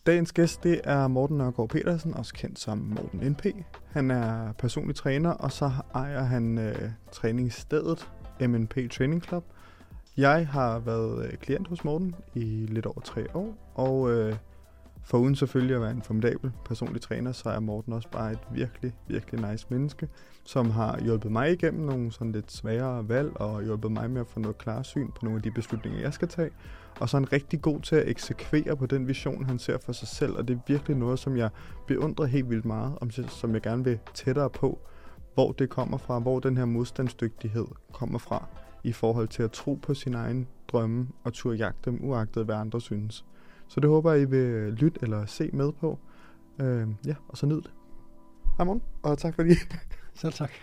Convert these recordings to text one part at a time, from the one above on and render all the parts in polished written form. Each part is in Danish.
Dagens gæst, det er Morten Nørgaard Petersen, også kendt som Morten NP. Han er personlig træner, og så ejer han træningsstedet MNP Training Club. Jeg har været klient hos Morten i lidt over 3 år, og foruden selvfølgelig at være en formidabel personlig træner, så er Morten også bare et virkelig, virkelig nice menneske, som har hjulpet mig igennem nogle sådan lidt sværere valg, og hjulpet mig med at få noget klarsyn på nogle af de beslutninger, jeg skal tage. Og så er han rigtig god til at eksekvere på den vision, han ser for sig selv, og det er virkelig noget, som jeg beundrer helt vildt meget, som jeg gerne vil tættere på, hvor det kommer fra, hvor den her modstandsdygtighed kommer fra, i forhold til at tro på sine egne drømme og turde jagte dem, uagtet hvad andre synes. Så det håber jeg, I vil lytte eller se med på. Ja, og så nyd det. Hej Morten, og tak fordi... Selv tak.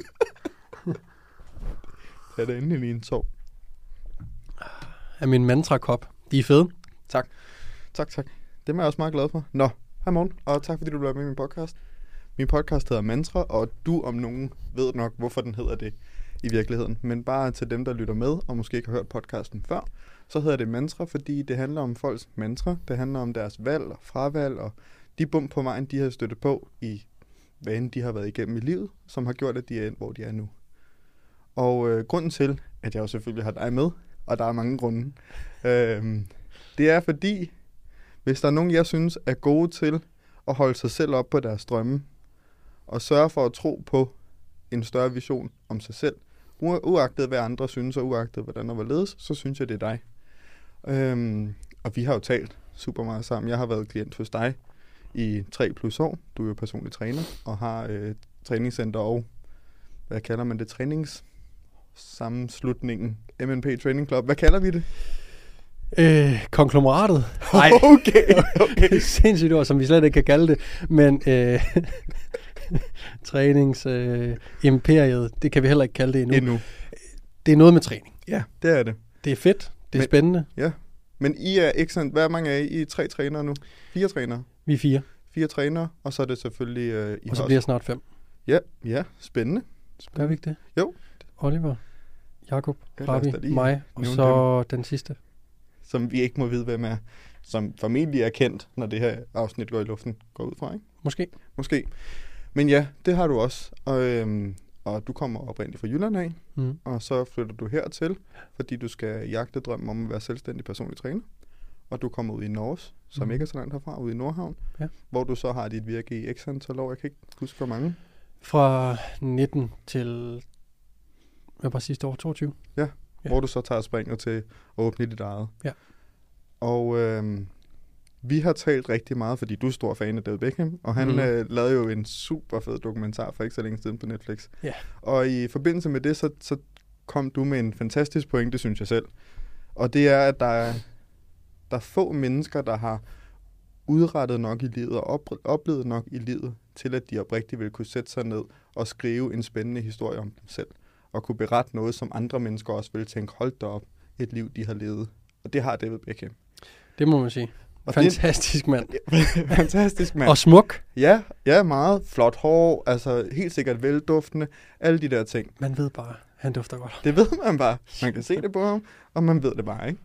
Det er endelig lige en sov. Af min mantra-kop. De er fede. Tak. Tak. Det er jeg også meget glad for. Nå, hej Morten, og tak fordi du blev med i min podcast. Min podcast hedder Mantra, og du om nogen ved nok, hvorfor den hedder det i virkeligheden. Men bare til dem, der lytter med, og måske ikke har hørt podcasten før, så hedder det Mantra, fordi det handler om folks mantra. Det handler om deres valg og fravalg, og de bump på vejen, de har støttet på i hvad end de har været igennem i livet, som har gjort, at de er endt, hvor de er nu. Og grunden til, at jeg jo selvfølgelig har dig med, og der er mange grunde, det er fordi, hvis der er nogen, jeg synes er gode til at holde sig selv op på deres drømme, og sørge for at tro på en større vision om sig selv, uagtet hvad andre synes, og uagtet hvordan der var ledes, så synes jeg, det er dig. Og vi har jo talt super meget sammen. Jeg har været klient hos dig i 3+ år. Du er jo personlig træner, og har træningscenter og, hvad kalder man det, træningssammenslutningen, MNP Training Club. Hvad kalder vi det? Konglomeratet. Nej. Okay. Sindssygt ord, som vi slet ikke kan kalde det. Men træningsimperiet, det kan vi heller ikke kalde det endnu. Det er noget med træning. Ja, det er det. Det er fedt. Det er spændende. Ja. Men I er ikke sådan, hvad mange er I? I er 3 trænere nu? 4 trænere? Vi er 4. 4 trænere, og så er det selvfølgelig... og så bliver jeg snart 5. Ja, spændende. Gør vi ikke det? Jo. Oliver, Jakob, Rabi, mig, og så den sidste. Som vi ikke må vide, hvem er. Som formentlig er kendt, når det her afsnit går i luften. Går ud fra, ikke? Måske. Men ja, det har du også. Og du kommer oprindeligt fra Jylland af, og så flytter du hertil, fordi du skal jagte drømmen om at være selvstændig personlig træner. Og du kommer ud i Norge, som ikke er så langt herfra, ud i Nordhavn, hvor du så har dit virke i x antal år. Jeg kan ikke huske, hvor mange. Fra 19 til, hvad var sidste år, 22? Ja, hvor du så tager springet til at åbne dit eget. Ja. Og vi har talt rigtig meget, fordi du er stor fan af David Beckham, og han lavede jo en super fed dokumentar for ikke så længe siden på Netflix. Ja. Og i forbindelse med det, så kom du med en fantastisk pointe, synes jeg selv. Og det er, at der er få mennesker, der har udrettet nok i livet og oplevet nok i livet, til at de oprigtigt vil kunne sætte sig ned og skrive en spændende historie om dem selv. Og kunne berette noget, som andre mennesker også vil tænke, hold da op, et liv, de har levet. Og det har David Beckham. Det må man sige. Og fantastisk mand. Fantastisk mand. Og smuk. Ja, meget. Flot hår, altså helt sikkert velduftende. Alle de der ting. Man ved bare, han dufter godt. Det ved man bare. Man kan se det på ham, og man ved det bare, ikke?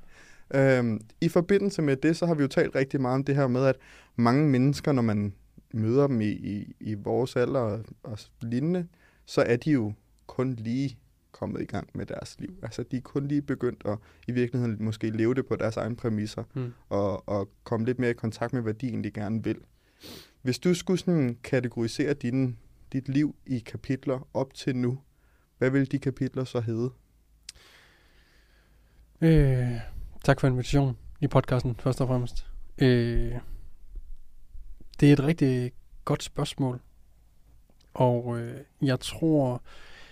I forbindelse med det, så har vi jo talt rigtig meget om det her med, at mange mennesker, når man møder dem i vores alder og lignende, så er de jo kun lige kommet i gang med deres liv. Altså, de er kun lige begyndt at i virkeligheden måske leve det på deres egne præmisser, og komme lidt mere i kontakt med, hvad de egentlig gerne vil. Hvis du skulle sådan kategorisere dit liv i kapitler op til nu, hvad vil de kapitler så hedde? Tak for invitationen i podcasten, først og fremmest. Det er et rigtig godt spørgsmål, og jeg tror...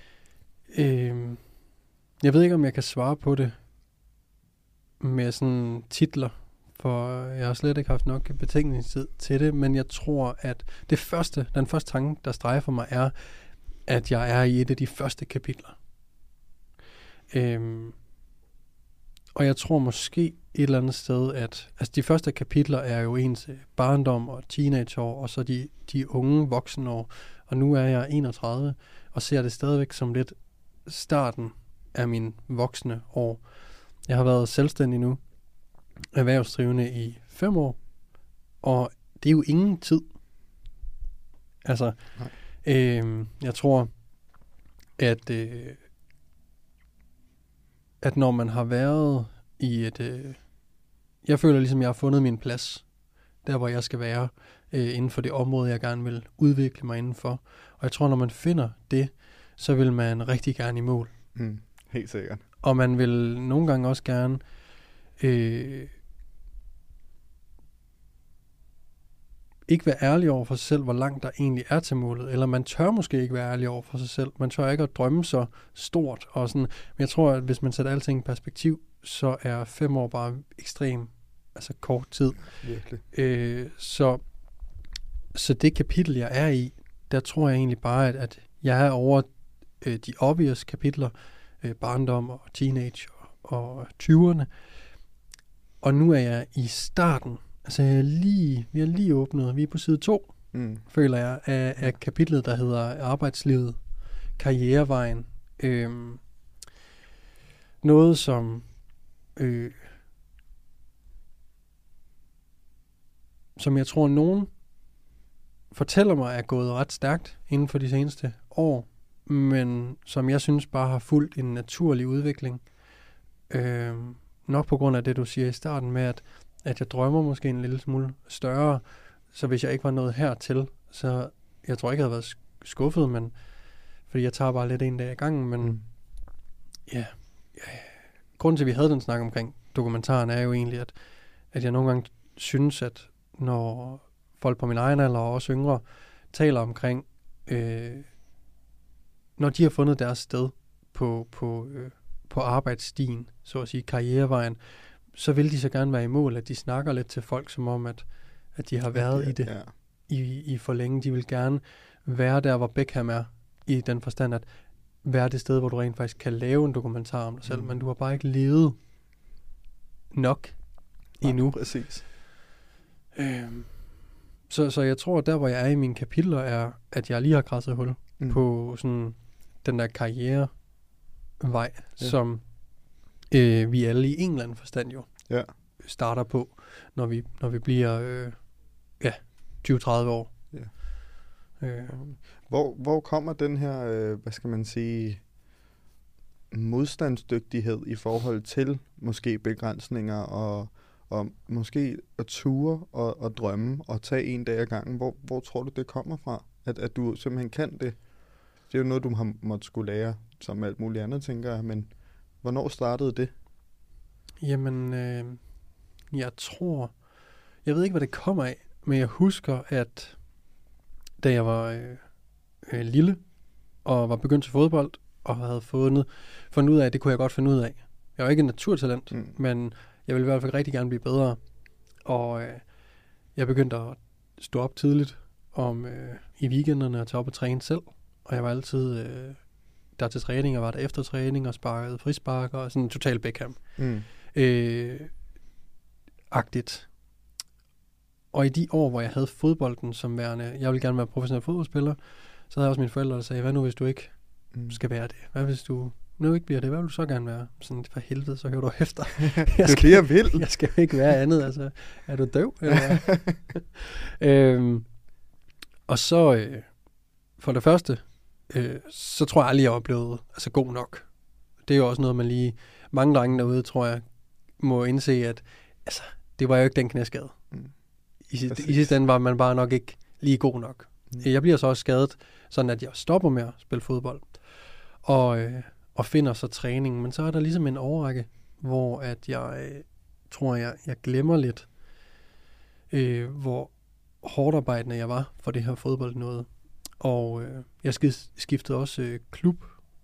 jeg ved ikke, om jeg kan svare på det med sådan titler, for jeg har slet ikke haft nok betænkningstid til det, men jeg tror, at den første tanke, der streger for mig, er, at jeg er i et af de første kapitler. Og jeg tror måske et eller andet sted, at altså de første kapitler er jo ens barndom og teenageår, og så de unge voksenår, og nu er jeg 31, og ser det stadigvæk som lidt starten af min voksne år. Jeg har været selvstændig nu, erhvervsdrivende i 5 år, Og det er jo ingen tid. Altså, jeg tror, at når man har været i et... jeg føler ligesom, jeg har fundet min plads, der hvor jeg skal være, inden for det område, jeg gerne vil udvikle mig indenfor. Og jeg tror, når man finder det, så vil man rigtig gerne i mål. Helt sikkert. Og man vil nogle gange også gerne ikke være ærlig over for sig selv, hvor langt der egentlig er til målet. Eller man tør måske ikke være ærlig over for sig selv. Man tør ikke at drømme så stort. Og sådan. Men jeg tror, at hvis man sætter alting i perspektiv, så er 5 år bare ekstrem, altså kort tid. Virkelig. Så det kapitel, jeg er i, der tror jeg egentlig bare, at jeg er over de obvious kapitler, barndom og teenage og 20'erne. Og nu er jeg i starten. Altså vi har lige åbnet, vi er på side 2, føler jeg, af kapitlet, der hedder arbejdslivet, karrierevejen. Noget, som jeg tror, nogen fortæller mig, er gået ret stærkt inden for de seneste år, men som jeg synes bare har fulgt en naturlig udvikling. Nok på grund af det, du siger i starten med, at jeg drømmer måske en lille smule større, så hvis jeg ikke var nået hertil, så jeg tror ikke, jeg havde været skuffet, men fordi jeg tager bare lidt en dag i gangen, men ja, grunden til, at vi havde den snak omkring dokumentaren, er jo egentlig, at jeg nogle gange synes, at når folk på min egen alder og også yngre taler omkring, når de har fundet deres sted på arbejdsstien, så at sige karrierevejen, så vil de så gerne være i mål, at de snakker lidt til folk, som om, at de har været i det i for længe. De vil gerne være der, hvor Beckham er, i den forstand, at være det sted, hvor du rent faktisk kan lave en dokumentar om dig selv, men du har bare ikke levet nok endnu. Præcis. Så jeg tror, der hvor jeg er i mine kapitler, er, at jeg lige har græsset hul på sådan den der karrierevej, som vi alle i en eller anden forstand jo starter på, når vi bliver 20-30 år. Ja. Hvor kommer den her, hvad skal man sige, modstandsdygtighed i forhold til måske begrænsninger og måske at ture og drømme og tage en dag ad gangen? Hvor tror du, det kommer fra? At du simpelthen kan det? Det er jo noget, du har måttet skulle lære, som alt muligt andet, tænker jeg, men hvornår startede det? Jamen, jeg ved ikke, hvad det kommer af, men jeg husker, at da jeg var lille og var begyndt til fodbold og havde fundet ud af, at det kunne jeg godt finde ud af. Jeg var ikke en naturtalent, men jeg ville i hvert fald rigtig gerne blive bedre. Og jeg begyndte at stå op tidligt i weekenderne og tage op og træne selv. Og jeg var altid der til træning, og var der efter træning og sparkede frispark og sådan total Beckham. Agtigt. Og i de år, hvor jeg havde fodbolden som værende, jeg ville gerne være professionel fodboldspiller, så havde jeg også mine forældre, der sagde, hvad nu hvis du ikke skal være det? Hvad hvis du nu ikke bliver det? Hvad vil du så gerne være? Sådan, for helvede, så hører du efter. Jeg skal ikke være andet, altså. Er du døv? Og så, for det første, så tror jeg aldrig, jeg er blevet god nok. Det er jo også noget, man lige, mange drenge derude, tror jeg, må indse, at det var jo ikke den knæskade. I sidste ende var man bare nok ikke lige god nok. Jeg bliver så også skadet, sådan at jeg stopper med at spille fodbold. Og finder så træningen. Men så er der ligesom en overrække, hvor at jeg tror, jeg glemmer lidt, hvor hårdt arbejdende jeg var for det her fodbold noget. Og jeg skiftede også klub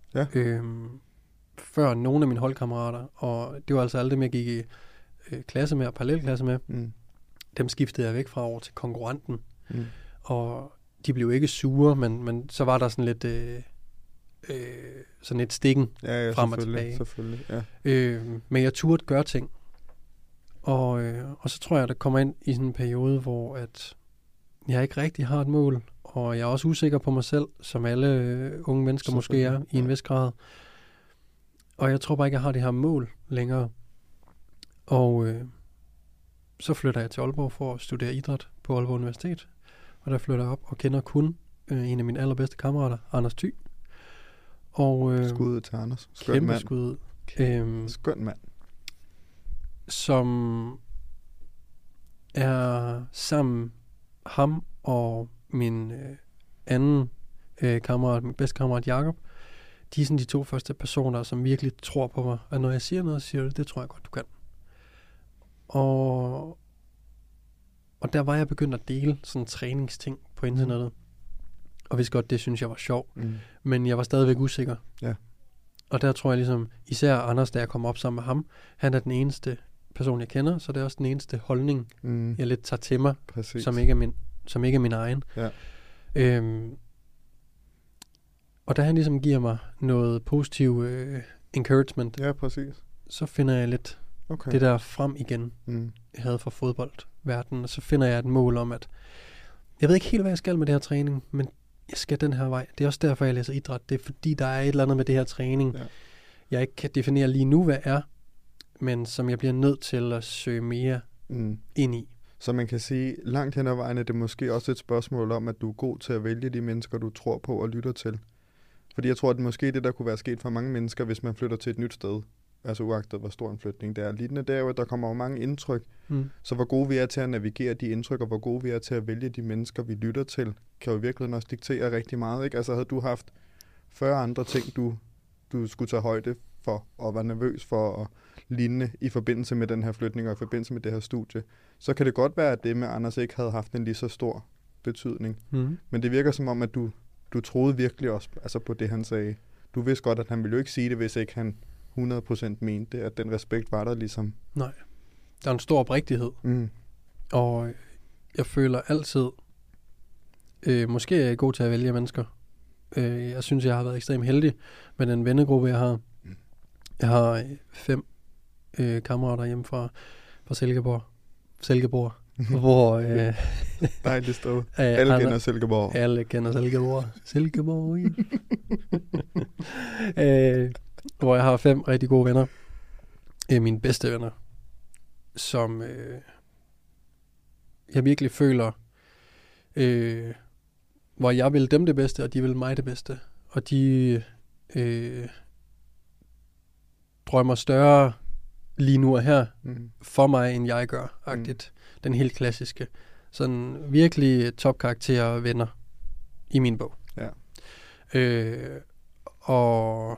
før nogle af mine holdkammerater. Og det var altså alle dem, jeg gik i klasse med og parallelklasse med. Dem skiftede jeg væk fra over til konkurrenten. Og de blev ikke sure, men så var der sådan lidt sådan et stikken frem og tilbage. Selvfølgelig, men jeg turde gøre ting. Og så tror jeg, der kommer ind i sådan en periode, hvor at jeg ikke rigtig har et mål, og jeg er også usikker på mig selv, som alle unge mennesker måske er i en vis grad. Og jeg tror bare ikke, jeg har det her mål længere. Og så flytter jeg til Aalborg for at studere idræt på Aalborg Universitet. Og der flytter jeg op og kender kun en af mine allerbedste kammerater, Anders Thy. Og Skud til Anders. Skøn kæmpe mand. skud. Skøn mand. Som er sammen ham og min anden kammerat, min bedste kammerat Jakob. De er sådan de 2 første personer, som virkelig tror på mig. Og når jeg siger noget, siger det tror jeg godt, du kan. Og der var jeg begyndt at dele sådan træningsting på internettet. Og hvis godt, det synes jeg var sjovt. Men jeg var stadigvæk usikker. Ja. Og der tror jeg ligesom, især Anders, da jeg kom op sammen med ham, han er den eneste person, jeg kender, så det er også den eneste holdning, jeg lidt tager til mig, som ikke er min egen. Ja. Og da han ligesom giver mig noget positiv encouragement, Ja, præcis. så finder jeg lidt det der frem igen, jeg havde fra fodboldverdenen, og så finder jeg et mål om, at jeg ved ikke helt, hvad jeg skal med det her træning, men jeg skal den her vej. Det er også derfor, jeg læser idræt. Det er fordi, der er et eller andet med det her træning, jeg ikke kan definere lige nu, hvad er, men som jeg bliver nødt til at søge mere ind i. Så man kan sige, langt hen ad vejen er det måske også et spørgsmål om, at du er god til at vælge de mennesker, du tror på og lytter til. Fordi jeg tror, at måske det, der kunne være sket for mange mennesker, hvis man flytter til et nyt sted, altså uagtet hvor stor en flytning det er. Lignende det er jo, at der kommer jo mange indtryk. Så hvor gode vi er til at navigere de indtryk, og hvor gode vi er til at vælge de mennesker, vi lytter til, kan jo virkelig også diktere rigtig meget. Ikke? Altså havde du haft 40 andre ting, du skulle tage højde for, og var nervøs for, og lignende i forbindelse med den her flytning, og i forbindelse med det her studie, så kan det godt være, at det med Anders ikke havde haft en lige så stor betydning. Men det virker som om, at du troede virkelig også altså på det, han sagde. Du vidste godt, at han ville jo ikke sige det, hvis ikke han 100% mente det, at den respekt var der ligesom. Nej. Der er en stor oprigtighed. Og jeg føler altid, måske er jeg god til at vælge mennesker. Jeg synes, jeg har været ekstremt heldig med den vennegruppe, jeg har. Jeg har 5 kammerater hjemme fra Silkeborg, hvor dejligt sted. Alle kender Silkeborg. Alle kender Silkeborg. Silkeborg. Hvor jeg har 5 rigtig gode venner. Mine bedste venner, som jeg virkelig føler, hvor jeg vil dem det bedste, og de vil mig det bedste. Og de drømmer større lige nu og her for mig, end jeg gør. Agtigt. Den helt klassiske. Sådan virkelig topkarakterer og venner i min bog. Ja. Og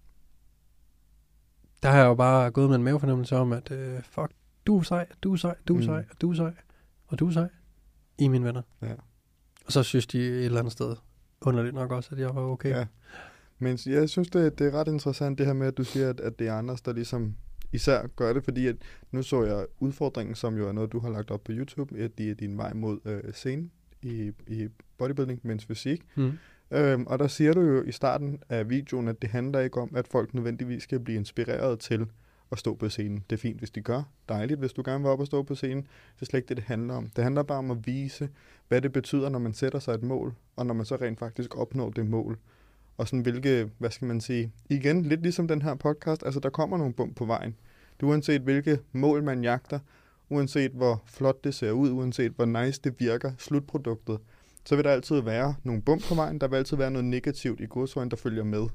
der har jeg jo bare gået med en mavefornemmelse om, at fuck, du er sej, du er sej, du er sej, og du er sej, og du er sej i mine venner. Ja. Og så synes de et eller andet sted underligt nok også, at jeg var okay. Ja. Men jeg synes, det er ret interessant det her med, at du siger, at det er Anders, der ligesom især gør det, fordi at nu så jeg udfordringen, som jo er noget, du har lagt op på YouTube, at det er din vej mod scenen i bodybuilding, mens fysik. Og der siger du jo i starten af videoen, at det handler ikke om, at folk nødvendigvis skal blive inspireret til at stå på scenen. Det er fint, hvis de gør. Dejligt, hvis du gerne vil op og stå på scenen. Det er slet ikke det handler om. Det handler bare om at vise, hvad det betyder, når man sætter sig et mål, og når man så rent faktisk opnår det mål. Og sådan hvilke, hvad skal man sige, igen, lidt ligesom den her podcast, altså der kommer nogle bump på vejen. Det uanset hvilke mål man jagter, uanset hvor flot det ser ud, uanset hvor nice det virker, slutproduktet, så vil der altid være nogle bump på vejen, der vil altid være noget negativt i godsøjne, der følger med.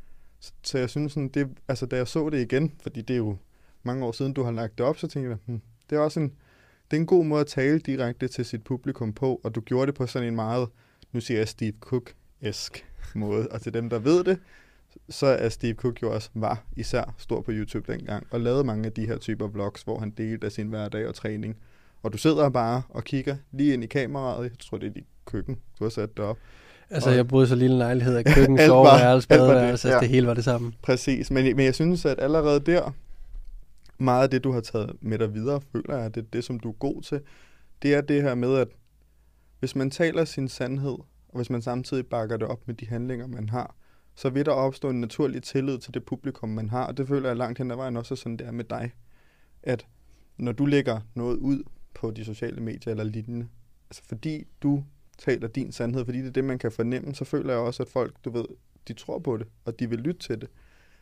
Så jeg synes sådan, det, altså da jeg så det igen, fordi det er jo mange år siden, du har lagt det op, så tænkte jeg, det er også det er en god måde at tale direkte til sit publikum på, og du gjorde det på sådan en meget, nu siger jeg Steve Cook-esk måde, og til dem, der ved det, så er Steve Cook jo også især stor på YouTube dengang, og lavede mange af de her typer vlogs, hvor han delte af sin hverdag og træning. Og du sidder bare og kigger lige ind i kameraet, jeg tror det er dit køkken, du har sat det op. Altså jeg boede så lille lejlighed af køkken, soveværelse, badeværelse, det hele var det samme. Præcis, men jeg synes, at allerede der, meget af det, du har taget med dig videre, føler jeg, at det, som du er god til, det er det her med, at hvis man taler sin sandhed, og hvis man samtidig bakker det op med de handlinger, man har, så vil der opstå en naturlig tillid til det publikum, man har, og det føler jeg langt hen ad vejen også sådan, det er med dig, at når du lægger noget ud på de sociale medier eller lignende, altså fordi du taler din sandhed, fordi det er det, man kan fornemme, så føler jeg også, at folk, du ved, de tror på det, og de vil lytte til det.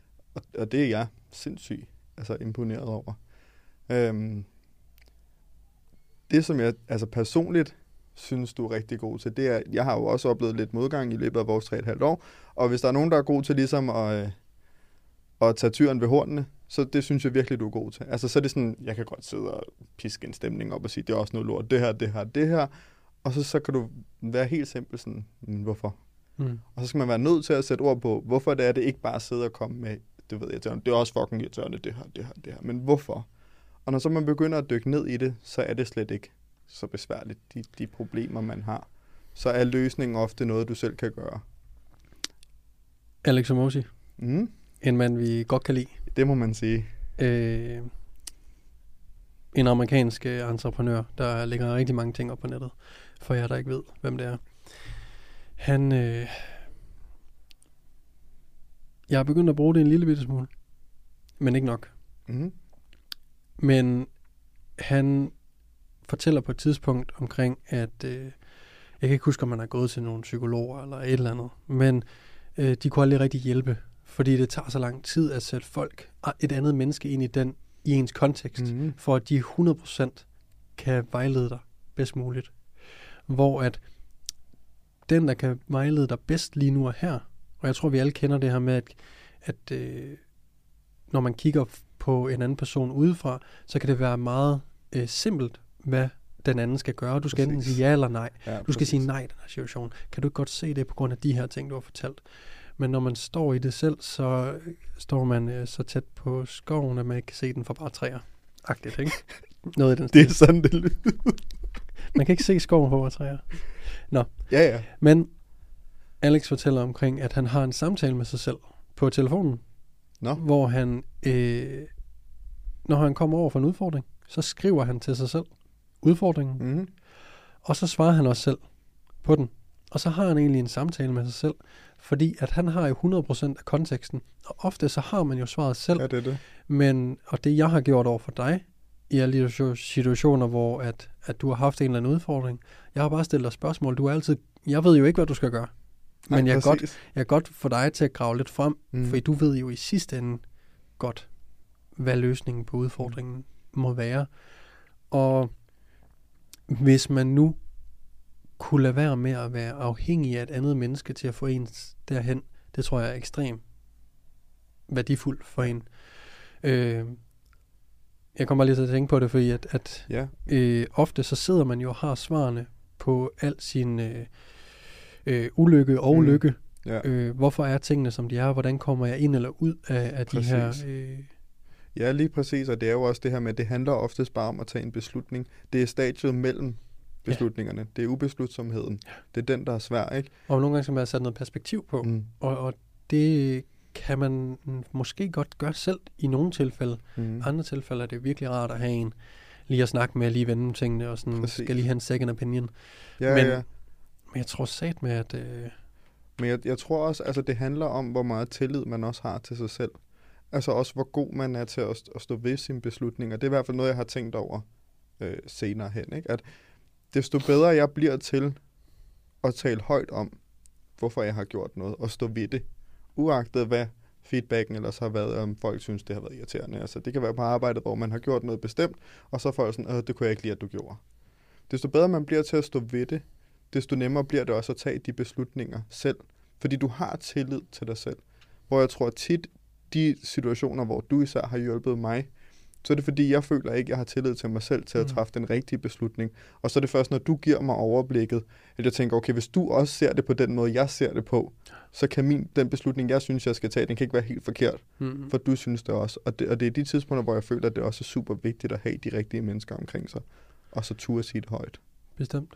Og det er jeg sindssygt imponeret over. det, som jeg altså personligt synes, du er rigtig god til, det er, jeg har jo også oplevet lidt modgang i løbet af vores 3,5 år, og hvis der er nogen, der er god til ligesom at tage tyren ved hornene, så det synes jeg virkelig, du er god til. Altså, så er det sådan, jeg kan godt sidde og piske en stemning op og sige, det er også noget lort, det her, og så kan du være helt simpel sådan, hvorfor? Og så skal man være nødt til at sætte ord på, hvorfor det er det ikke bare sidde og komme med, det ved jeg, det er også fucking irriterende, det her, men hvorfor? Og når så man begynder at dykke ned i det, så er det slet ikke så besværligt, de problemer, man har. Så er løsningen ofte noget, du selv kan gøre. Alex Hormozi. En mand, vi godt kan lide. Det må man sige. En amerikansk entreprenør, der lægger rigtig mange ting op på nettet, for jer, der ikke ved, hvem det er. Han... jeg har begyndt at bruge det en lille bitte smule, men ikke nok. Men han fortæller på et tidspunkt omkring, at jeg kan ikke huske, om man har gået til nogle psykologer eller et eller andet, men de kunne aldrig rigtig hjælpe, fordi det tager så lang tid at sætte folk, et andet menneske ind i ens kontekst, for at de 100% kan vejlede dig bedst muligt. Hvor at den, der kan vejlede dig bedst lige nu og her, og jeg tror, vi alle kender det her med, at når man kigger på en anden person udefra, så kan det være meget simpelt, hvad den anden skal gøre. Du skal enten sige ja eller nej. Ja, du skal sige nej i den her situation. Kan du ikke godt se det på grund af de her ting, du har fortalt? Men når man står i det selv, så står man så tæt på skoven, at man ikke kan se den for bare træer. Agtigt, ikke? Noget i den stil. Det er sådan, det lyder. Man kan ikke se skoven for bare træer. Nå. Ja. Men Alex fortæller omkring, at han har en samtale med sig selv på telefonen, hvor han, når han kommer over for en udfordring, så skriver han til sig selv udfordringen, og så svarer han også selv på den. Og så har han egentlig en samtale med sig selv, fordi at han har jo 100% af konteksten, og ofte så har man jo svaret selv. Ja, det er det. Men, og det jeg har gjort over for dig, i alle de situationer, hvor at du har haft en eller anden udfordring, jeg har bare stillet dig spørgsmål. Du er altid, jeg ved jo ikke, hvad du skal gøre. Men jeg er godt for dig til at grave lidt frem, fordi du ved jo i sidste ende godt, hvad løsningen på udfordringen må være. Og hvis man nu kunne lade være med at være afhængig af et andet menneske til at få en derhen, det tror jeg er ekstremt værdifuldt for en. Jeg kommer bare lige til at tænke på det, fordi ofte så sidder man jo og har svarene på al sin ulykke og lykke. Ja. Hvorfor er tingene, som de er? Hvordan kommer jeg ind eller ud af de her... Ja, lige præcis, og det er jo også det her med, at det handler oftest bare om at tage en beslutning. Det er stadiet mellem beslutningerne. Det er ubeslutsomheden. Det er den, der er svær, ikke? Og nogle gange skal man have sat noget perspektiv på, og det kan man måske godt gøre selv i nogle tilfælde. Andre tilfælde er det virkelig rart at have en lige at snakke med, lige vende tingene, og sådan, skal lige have en second opinion. Men jeg tror sat med, at... Men jeg tror også, altså det handler om, hvor meget tillid man også har til sig selv. Altså også, hvor god man er til at stå ved sine beslutninger. Det er i hvert fald noget, jeg har tænkt over senere hen, ikke? At desto bedre jeg bliver til at tale højt om, hvorfor jeg har gjort noget, og stå ved det, uagtet hvad feedbacken ellers har været, om folk synes, det har været irriterende. Altså det kan være på arbejdet, hvor man har gjort noget bestemt, og så får jeg sådan, det kunne jeg ikke lide, at du gjorde. Desto bedre man bliver til at stå ved det, desto nemmere bliver det også at tage de beslutninger selv. Fordi du har tillid til dig selv. Hvor jeg tror tit, de situationer, hvor du især har hjulpet mig, så er det fordi, jeg føler ikke, jeg har tillid til mig selv til at træffe den rigtige beslutning. Og så er det først, når du giver mig overblikket, at jeg tænker, okay, hvis du også ser det på den måde, jeg ser det på, så kan den beslutning, jeg synes, jeg skal tage, den kan ikke være helt forkert. For du synes det også. Og det er de tidspunkter, hvor jeg føler, at det også er super vigtigt at have de rigtige mennesker omkring sig. Og så turde sige det højt. Bestemt.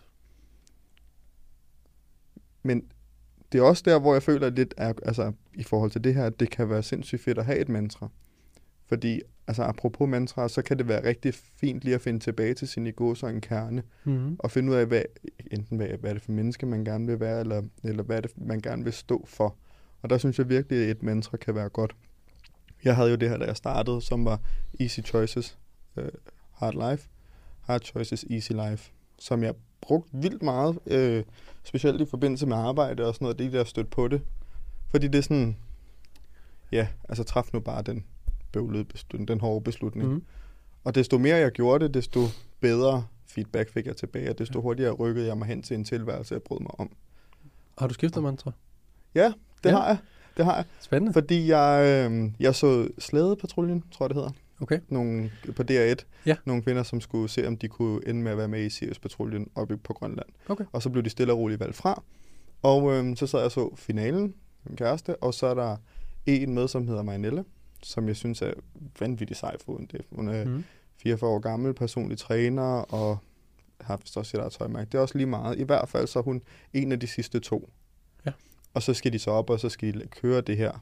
Men det er også der, hvor jeg føler lidt, altså i forhold til det her, at det kan være sindssygt fedt at have et mantra. Fordi, altså apropos mantra, så kan det være rigtig fint lige at finde tilbage til sin ego og en kerne, og finde ud af, hvad er det for menneske, man gerne vil være, eller hvad er det, man gerne vil stå for. Og der synes jeg virkelig, at et mantra kan være godt. Jeg havde jo det her, da jeg startede, som var Easy Choices, Hard Life, Hard Choices, Easy Life, som jeg brugt vildt meget, specielt i forbindelse med arbejde og sådan noget, det der stødt på det. Fordi det er sådan, altså træf nu bare den hårde beslutning. Og desto mere jeg gjorde det, desto bedre feedback fik jeg tilbage, og desto hurtigere rykkede jeg mig hen til en tilværelse, jeg brød mig om. Har du skiftet mantra? Ja, det har jeg. Spændende. Fordi jeg så Slædepatruljen, tror jeg det hedder. Okay. Nogle på DR1. Ja. Nogle kvinder, som skulle se, om de kunne ende med at være med i Sirius-patruljen oppe på Grønland. Okay. Og så blev de stille og roligt valgt fra. Og så sad jeg og så finalen, min kæreste, og så er der en med, som hedder Marinelle, som jeg synes er vanvittigt sej for hende. Hun er 44 år gammel, personlig træner, og har vist også sit eget tøjmærke. Det er også lige meget. I hvert fald så er hun en af de sidste 2. Ja. Og så skal de så op, og så skal de køre det her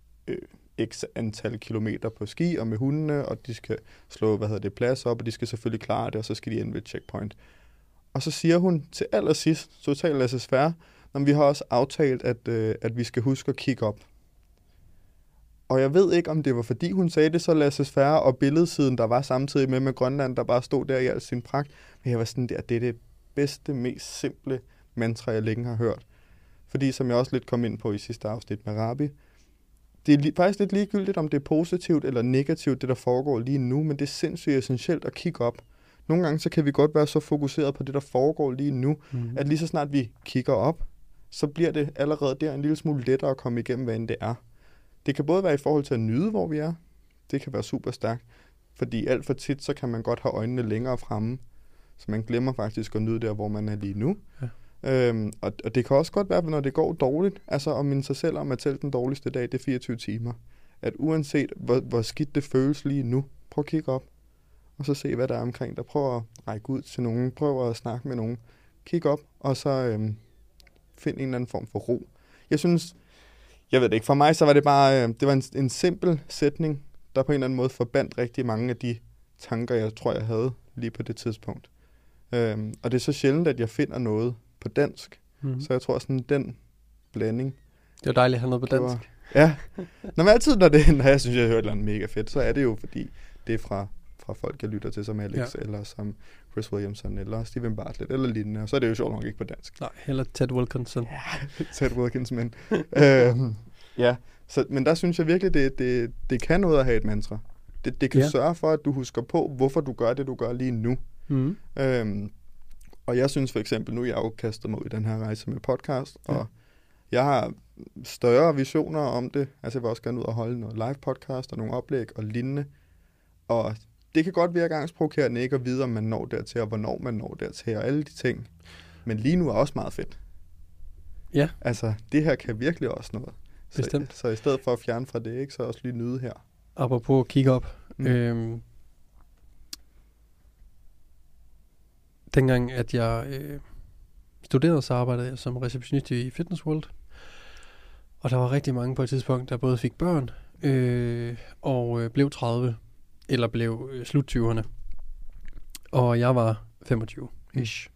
x antal kilometer på ski og med hundene, og de skal slå, plads op, og de skal selvfølgelig klare det, og så skal de ende ved et checkpoint. Og så siger hun til allersidst, totalt laissez-faire, vi har også aftalt, at vi skal huske at kigge op. Og jeg ved ikke, om det var fordi hun sagde det så laissez-faire, og billedsiden, der var samtidig med Grønland, der bare stod der i al sin pragt. Men jeg var sådan der, det er det bedste, mest simple mantra, jeg længe har hørt. Fordi som jeg også lidt kom ind på i sidste afsnit med Rabi, det er faktisk lidt ligegyldigt, om det er positivt eller negativt, det der foregår lige nu, men det er sindssygt essentielt at kigge op. Nogle gange så kan vi godt være så fokuseret på det, der foregår lige nu, at lige så snart vi kigger op, så bliver det allerede der en lille smule lettere at komme igennem, hvad end det er. Det kan både være i forhold til at nyde, hvor vi er. Det kan være super stærkt, fordi alt for tit, så kan man godt have øjnene længere fremme, så man glemmer faktisk at nyde der, hvor man er lige nu. Ja. Og det kan også godt være, når det går dårligt, altså om min sig selv om at tælle den dårligste dag, det er 24 timer. At uanset hvor skidt det føles lige nu, prøv at kigge op, og så se, hvad der er omkring dig. Prøv at række ud til nogen, prøv at snakke med nogen. Kig op, og så find en eller anden form for ro. Jeg ved det ikke, for mig så var det bare, det var en simpel sætning, der på en eller anden måde forbandt rigtig mange af de tanker, jeg tror, jeg havde lige på det tidspunkt. Og det er så sjældent, at jeg finder noget på dansk. Så jeg tror sådan, den blanding. Det var dejligt at have noget på dansk. Ja. Når jeg synes, jeg hører et eller andet mega fedt, så er det jo, fordi det er fra folk, jeg lytter til, som Alex, eller som Chris Williamson, eller Steven Bartlett, eller lignende. Og så er det jo sjovt nok ikke på dansk. Nej, heller Ted Wilkinson. Ja, Ted Wilkinson, ja. Men der synes jeg virkelig, det kan noget at have et mantra. Det kan sørge for, at du husker på, hvorfor du gør det, du gør lige nu. Og jeg synes for eksempel, nu er jeg jo kastet mig ud i den her rejse med podcast, og jeg har større visioner om det. Altså jeg vil også gerne ud og holde noget live podcast og nogle oplæg og lignende. Og det kan godt virke angstprovokerende ikke at vide, om man når dertil, og hvornår man når dertil, og alle de ting. Men lige nu er også meget fedt. Ja. Altså, det her kan virkelig også noget. Bestemt. Så i stedet for at fjerne fra det, ikke, så også lige nyde her. Apropos at kigge op. Dengang, at jeg studerede, så arbejdede jeg som receptionist i Fitness World. Og der var rigtig mange på et tidspunkt, der både fik børn og blev 30, eller blev slut 20'erne. Og jeg var 25-ish.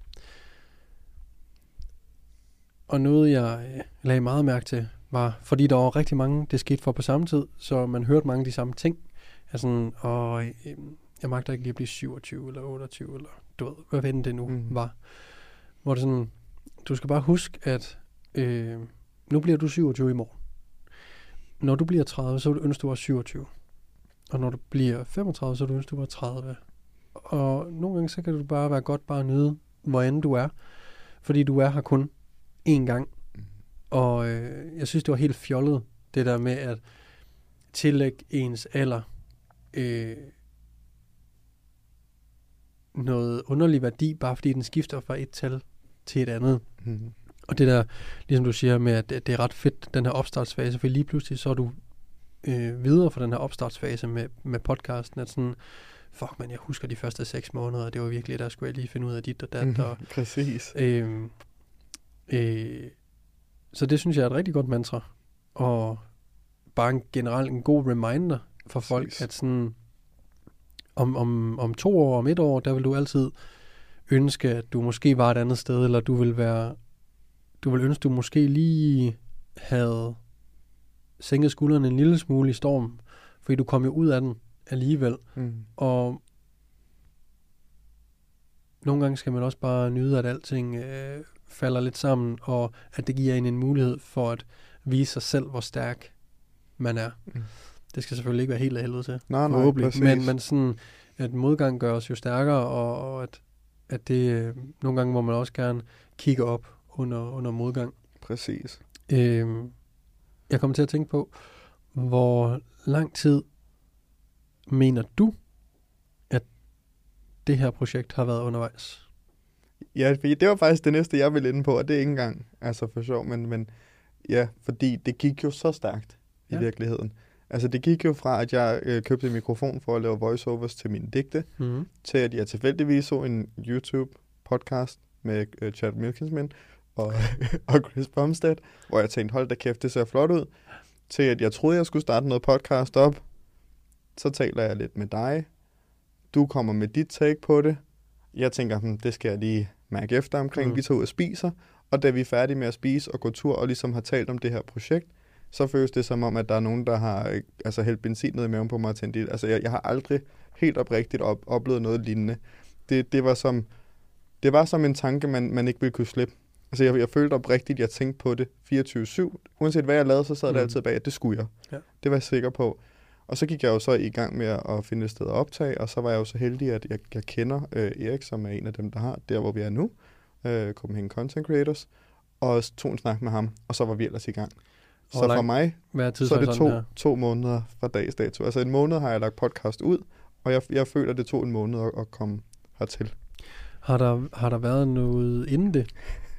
Og noget, jeg lagde meget mærke til, var, fordi der var rigtig mange, det skete for på samme tid, så man hørte mange af de samme ting. Altså, jeg magter ikke lige at blive 27 eller 28, eller du ved, hvad end det nu var. Hvor det sådan, du skal bare huske, at nu bliver du 27 i morgen. Når du bliver 30, så vil du ønske, du var 27. Og når du bliver 35, så vil du ønske, du var 30. Og nogle gange, så kan du bare være godt bare nyde, hvor end du er. Fordi du er her kun én gang. Og jeg synes, det var helt fjollet, det der med at tillægge ens alder noget underlig værdi, bare fordi den skifter fra et tal til et andet. Og det der, ligesom du siger med, at det er ret fedt, den her opstartsfase, for lige pludselig så er du videre fra den her opstartsfase med podcasten, at sådan, fuck man, jeg husker de første 6 måneder, og det var virkelig, der skulle jeg lige finde ud af dit og dat. Og, præcis. Så det synes jeg er et rigtig godt mantra, og bare generelt en god reminder for folk, at sådan, om 2 år, om 1 år, der vil du altid ønske, at du måske var et andet sted, eller du vil ønske, du måske lige havde sænket skuldrene en lille smule i storm, fordi du kom jo ud af den alligevel. Og nogle gange skal man også bare nyde, at alting falder lidt sammen, og at det giver en mulighed for at vise sig selv, hvor stærk man er. Det skal selvfølgelig ikke være helt af helvede til. Nej, men sådan, at modgang gør os jo stærkere, og at det nogle gange, hvor man også gerne kigge op under modgang. Præcis. Jeg kommer til at tænke på, hvor lang tid mener du, at det her projekt har været undervejs? Ja, det var faktisk det næste, jeg ville inde på, og det er ikke engang altså for sjov, men ja, fordi det gik jo så stærkt i virkeligheden. Altså det gik jo fra, at jeg købte en mikrofon for at lave voiceovers til mine digte, til at jeg tilfældigvis så en YouTube-podcast med Chad Milkensman og Chris Bumstead, hvor jeg tænkte, hold da kæft, det ser flot ud, til at jeg troede, jeg skulle starte noget podcast op. Så taler jeg lidt med dig. Du kommer med dit take på det. Jeg tænker, det skal jeg lige mærke efter omkring. Vi tager ud og spiser, og da vi er færdige med at spise og gå tur og ligesom har talt om det her projekt, så føles det som om, at der er nogen, der har hældt benzin ned i maven på mig og tænkt det. Altså, jeg har aldrig helt oprigtigt oplevet noget lignende. Det var som en tanke, man ikke ville kunne slippe. Altså, jeg følte oprigtigt, jeg tænkte på det 24/7. Uanset hvad jeg lavede, så sad det altid bag, at det skulle jeg. Ja. Det var jeg sikker på. Og så gik jeg jo så i gang med at finde et sted at optage, og så var jeg jo så heldig, at jeg kender Erik, som er en af dem, der har der, hvor vi er nu, Copenhagen Content Creators, og tog en snak med ham, og så var vi ellers i gang. Så for mig, så er det to måneder fra dags dato. Altså en måned har jeg lagt podcast ud, og jeg føler, at det tog en måned at komme hertil. Har der været noget inden det?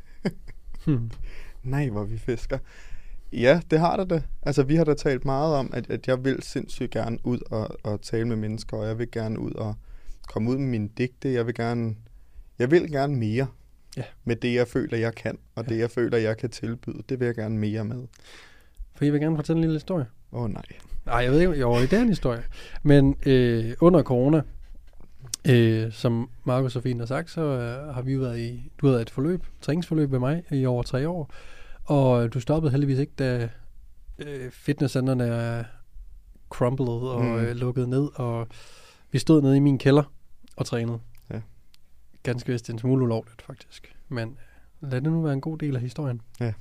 Nej, hvor vi fisker. Ja, det har der det. Altså, vi har da talt meget om, at jeg vil sindssygt gerne ud og tale med mennesker, og jeg vil gerne ud og komme ud med mine digte. Jeg vil gerne mere med det, jeg føler, jeg kan, og det, jeg føler, jeg kan tilbyde. Det vil jeg gerne mere med. For jeg vil gerne fortælle en lille historie. Nej. Nej, jeg ved ikke, det er en historie. Men under corona, som Markus så fint har sagt, så har vi været du havde et træningsforløb med mig i over 3 år. Og du stoppede heldigvis ikke, da fitnesscenterne er crumbled og lukket ned, og vi stod nede i min kælder og trænede. Ja. Ganske vist en smule ulovligt, faktisk. Men lad det nu være en god del af historien. Ja.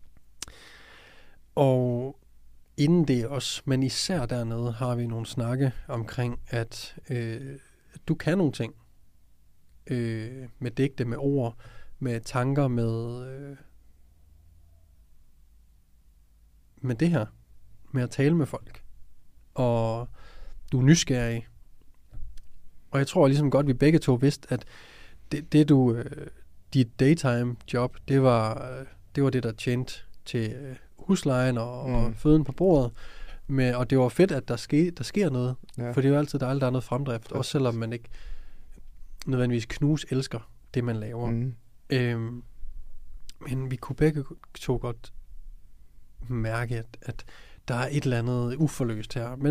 Og inden det også, men især dernede, har vi nogle snakke omkring, at du kan nogle ting. Med digte, med ord, med tanker, med det her, med at tale med folk, og du er nysgerrig. Og jeg tror ligesom godt, vi begge to vidste, at dit daytime job, det var det, der tjente til huslejen og føden på bordet. Og det var fedt, at der sker noget, for det er jo altid, der er noget fremdrift, også selvom man ikke nødvendigvis elsker det, man laver. Men vi kunne begge to godt mærke, at der er et eller andet uforløst her.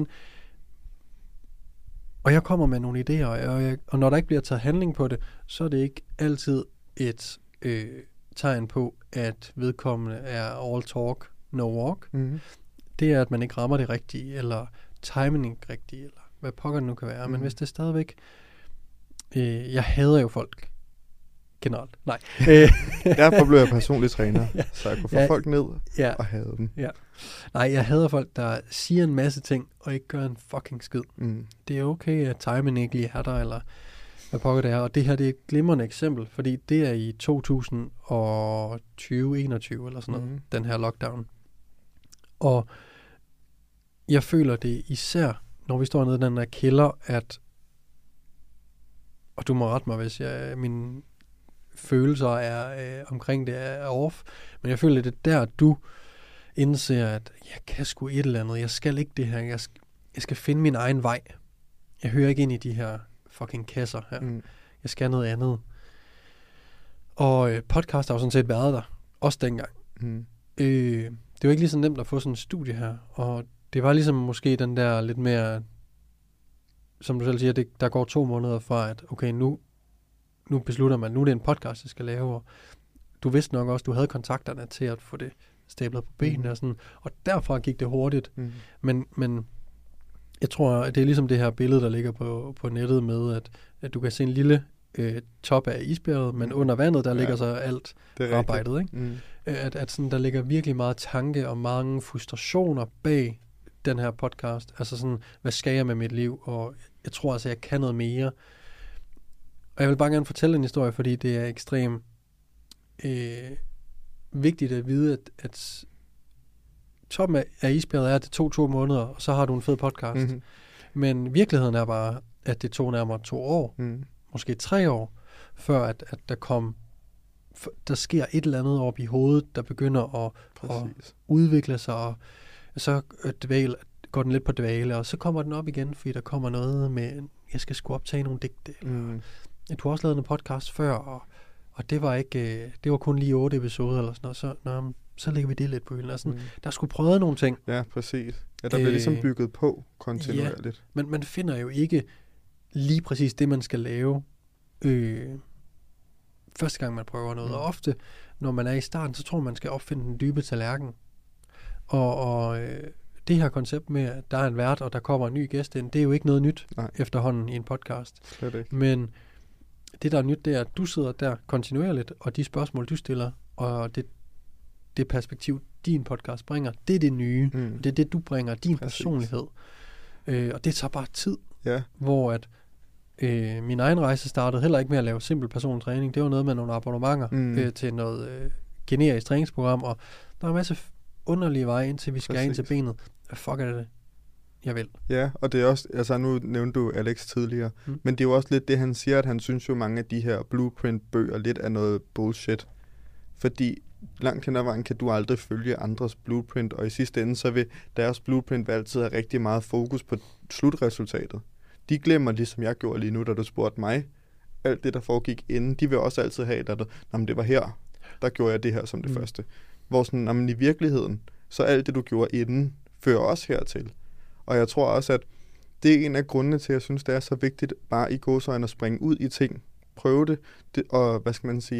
Og jeg kommer med nogle idéer, og når der ikke bliver taget handling på det, så er det ikke altid et tegn på, at vedkommende er all talk, no walk. Det er, at man ikke rammer det rigtige, eller timing ikke rigtigt, eller hvad pokker det nu kan være. Men hvis det stadigvæk... jeg hader jo folk. Generelt. Nej. Derfor blev jeg personlig træner, så jeg kunne få folk ned og hade dem. Ja. Nej, jeg hader folk, der siger en masse ting, og ikke gør en fucking skid. Det er okay, at timingen ikke lige er der, eller hvad pokker det er. Og det her, det er et glimrende eksempel, fordi det er i 2020-21 eller sådan noget, den her lockdown. Og jeg føler det især, når vi står nede i den der kælder, og du må rette mig, hvis min følelser er omkring det er off, men jeg føler, det er der, du indser, at jeg kan sgu et eller andet, jeg skal ikke det her, jeg skal finde min egen vej. Jeg hører ikke ind i de her fucking kasser her. Jeg skal noget andet. Og podcast har jo sådan set været der, også dengang. Det var ikke lige så nemt at få sådan en studie her, og det var ligesom måske den der lidt mere, som du selv siger, der går 2 måneder fra, at okay, nu beslutter man, nu er det en podcast, jeg skal lave, og du vidste nok også, du havde kontakterne til at få det stablet på benene og sådan, og derfra gik det hurtigt. Men jeg tror, at det er ligesom det her billede, der ligger på nettet med, at du kan se en lille top af isbjerget, men under vandet, der ligger så alt arbejdet, ikke? At sådan, der ligger virkelig meget tanke og mange frustrationer bag den her podcast. Altså sådan, hvad skal jeg med mit liv? Og jeg tror altså, jeg kan noget mere. Og jeg vil bare gerne fortælle en historie, fordi det er ekstremt vigtigt at vide, at toppen af isbjerget er, at det tog 2 måneder, og så har du en fed podcast. Mm-hmm. Men virkeligheden er bare, at det tog nærmere 2 år, måske 3 år, før at der sker et eller andet op i hovedet, der begynder at udvikle sig, og så går den lidt på dvale, og så kommer den op igen, fordi der kommer noget med, jeg skal sgu optage nogle digte. Du har også lavet en podcast før, og det var ikke, det var kun lige 8 episoder eller sådan noget, så lægger vi det lidt på hylden. Altså, der skulle prøve nogle ting. Ja, præcis. Ja, der bliver ligesom bygget på kontinuerligt. Ja, men man finder jo ikke lige præcis det, man skal lave første gang, man prøver noget. Og ofte, når man er i starten, så tror man skal opfinde den dybe tallerken. Og det her koncept med, at der er en vært, og der kommer en ny gæst ind, det er jo ikke noget nyt efterhånden i en podcast. Slet ikke. Men det, der er nyt, det er, at du sidder der kontinuerligt, og de spørgsmål, du stiller, og det perspektiv, din podcast bringer, det er det nye. Det er det, du bringer, din personlighed. Og det tager bare tid. Ja. Hvor at min egen rejse startede heller ikke med at lave simpel persontræning. Det var noget med nogle abonnementer til noget generisk træningsprogram, og der er en masse underlige veje, indtil vi skal ind til benet. Hvad fuck er det? Jeg vil. Ja, og det er også, altså nu nævnte du Alex tidligere, men det er jo også lidt det, han siger, at han synes jo mange af de her blueprint-bøger lidt er noget bullshit. Fordi langt hen ad vejen kan du aldrig følge andres blueprint, og i sidste ende, så vil deres blueprint altid have rigtig meget fokus på slutresultatet. De glemmer, ligesom jeg gjorde lige nu, da du spurgte mig, alt det, der foregik inden, de vil også altid have, at det var her, der gjorde jeg det her som det første. Hvor sådan, i virkeligheden, så alt det, du gjorde inden, fører også hertil. Og jeg tror også, at det er en af grundene til, at jeg synes, det er så vigtigt, bare i gåseøjne at springe ud i ting, prøve det og, hvad skal man sige,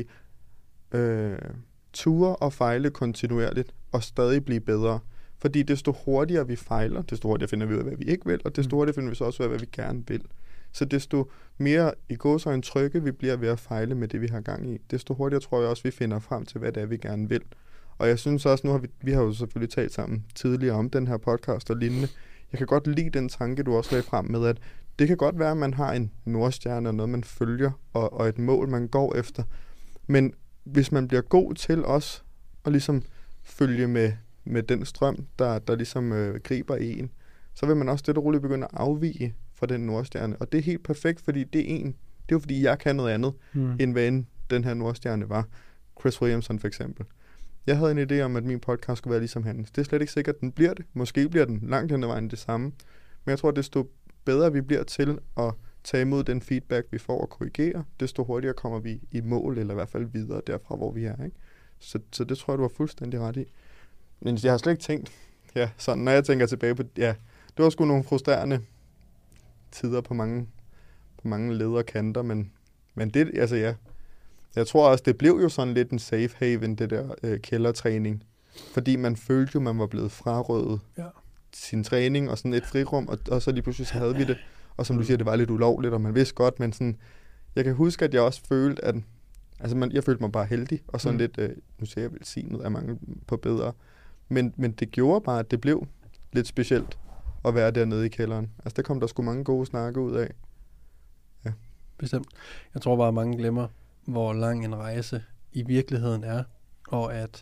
ture og fejle kontinuerligt, og stadig blive bedre. Fordi desto hurtigere vi fejler, desto hurtigere finder vi ud af, hvad vi ikke vil, og desto hurtigere finder vi så også ud af, hvad vi gerne vil. Så desto mere i gåseøjne trygge vi bliver ved at fejle med det, vi har gang i, desto hurtigere tror jeg også, vi finder frem til, hvad det er, vi gerne vil. Og jeg synes også, nu har vi har jo selvfølgelig talt sammen tidligere om den her podcast og lignende. Jeg kan godt lide den tanke, du også lagde frem med, at det kan godt være, at man har en nordstjerne og noget, man følger, og et mål, man går efter. Men hvis man bliver god til også at ligesom følge med den strøm, der ligesom griber en, så vil man også stille og roligt begynde at afvige fra den nordstjerne. Og det er helt perfekt, fordi det er jo fordi, jeg kan noget andet, end hvad den her nordstjerne var. Chris Williamson for eksempel. Jeg havde en idé om, at min podcast skulle være ligesom hans. Det er slet ikke sikkert, at den bliver det. Måske bliver den langt hen ad vejen det samme. Men jeg tror, desto bedre vi bliver til at tage imod den feedback, vi får og korrigere, desto hurtigere kommer vi i mål, eller i hvert fald videre derfra, hvor vi er. Ikke? Så det tror jeg, du har fuldstændig ret i. Men jeg har slet ikke tænkt, sådan når jeg tænker tilbage på, det var sgu nogle frustrerende tider på mange leder kanter, men det, altså jeg tror også, det blev jo sådan lidt en safe haven, det der kældertræning. Fordi man følte jo, man var blevet frarøvet sin træning og sådan et frirum, og så lige pludselig så havde vi det. Og som du siger, det var lidt ulovligt, og man vidste godt, men sådan, jeg kan huske, at jeg også følte, at jeg følte mig bare heldig, og sådan lidt, nu siger jeg velsignet af mange på bedre. Men det gjorde bare, at det blev lidt specielt at være dernede i kælderen. Altså der kom der sgu mange gode snakke ud af. Ja. Bestemt. Jeg tror bare, at mange glemmer, hvor lang en rejse i virkeligheden er, og at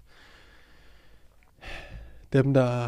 dem, der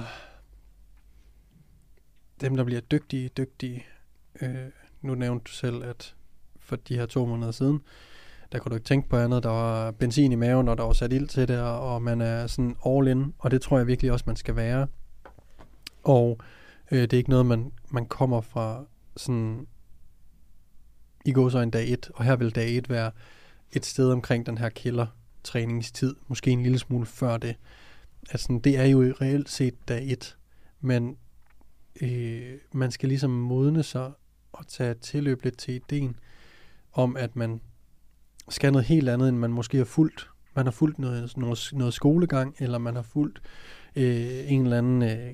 bliver dygtige, nu nævnte du selv, at for de her 2 måneder siden, der kunne du ikke tænke på andet, der var benzin i maven, og der var sat ild til det, og man er sådan all in, og det tror jeg virkelig også, man skal være. Og det er ikke noget, man kommer fra sådan i gåseøjne dag 1, og her vil dag 1 være et sted omkring den her kældertræningstid, måske en lille smule før det. Altså, det er jo reelt set dag 1, men man skal ligesom modne sig og tage tilløb lidt til ideen om, at man skal noget helt andet, end man måske har fulgt. Man har fulgt noget skolegang, eller man har fulgt en eller anden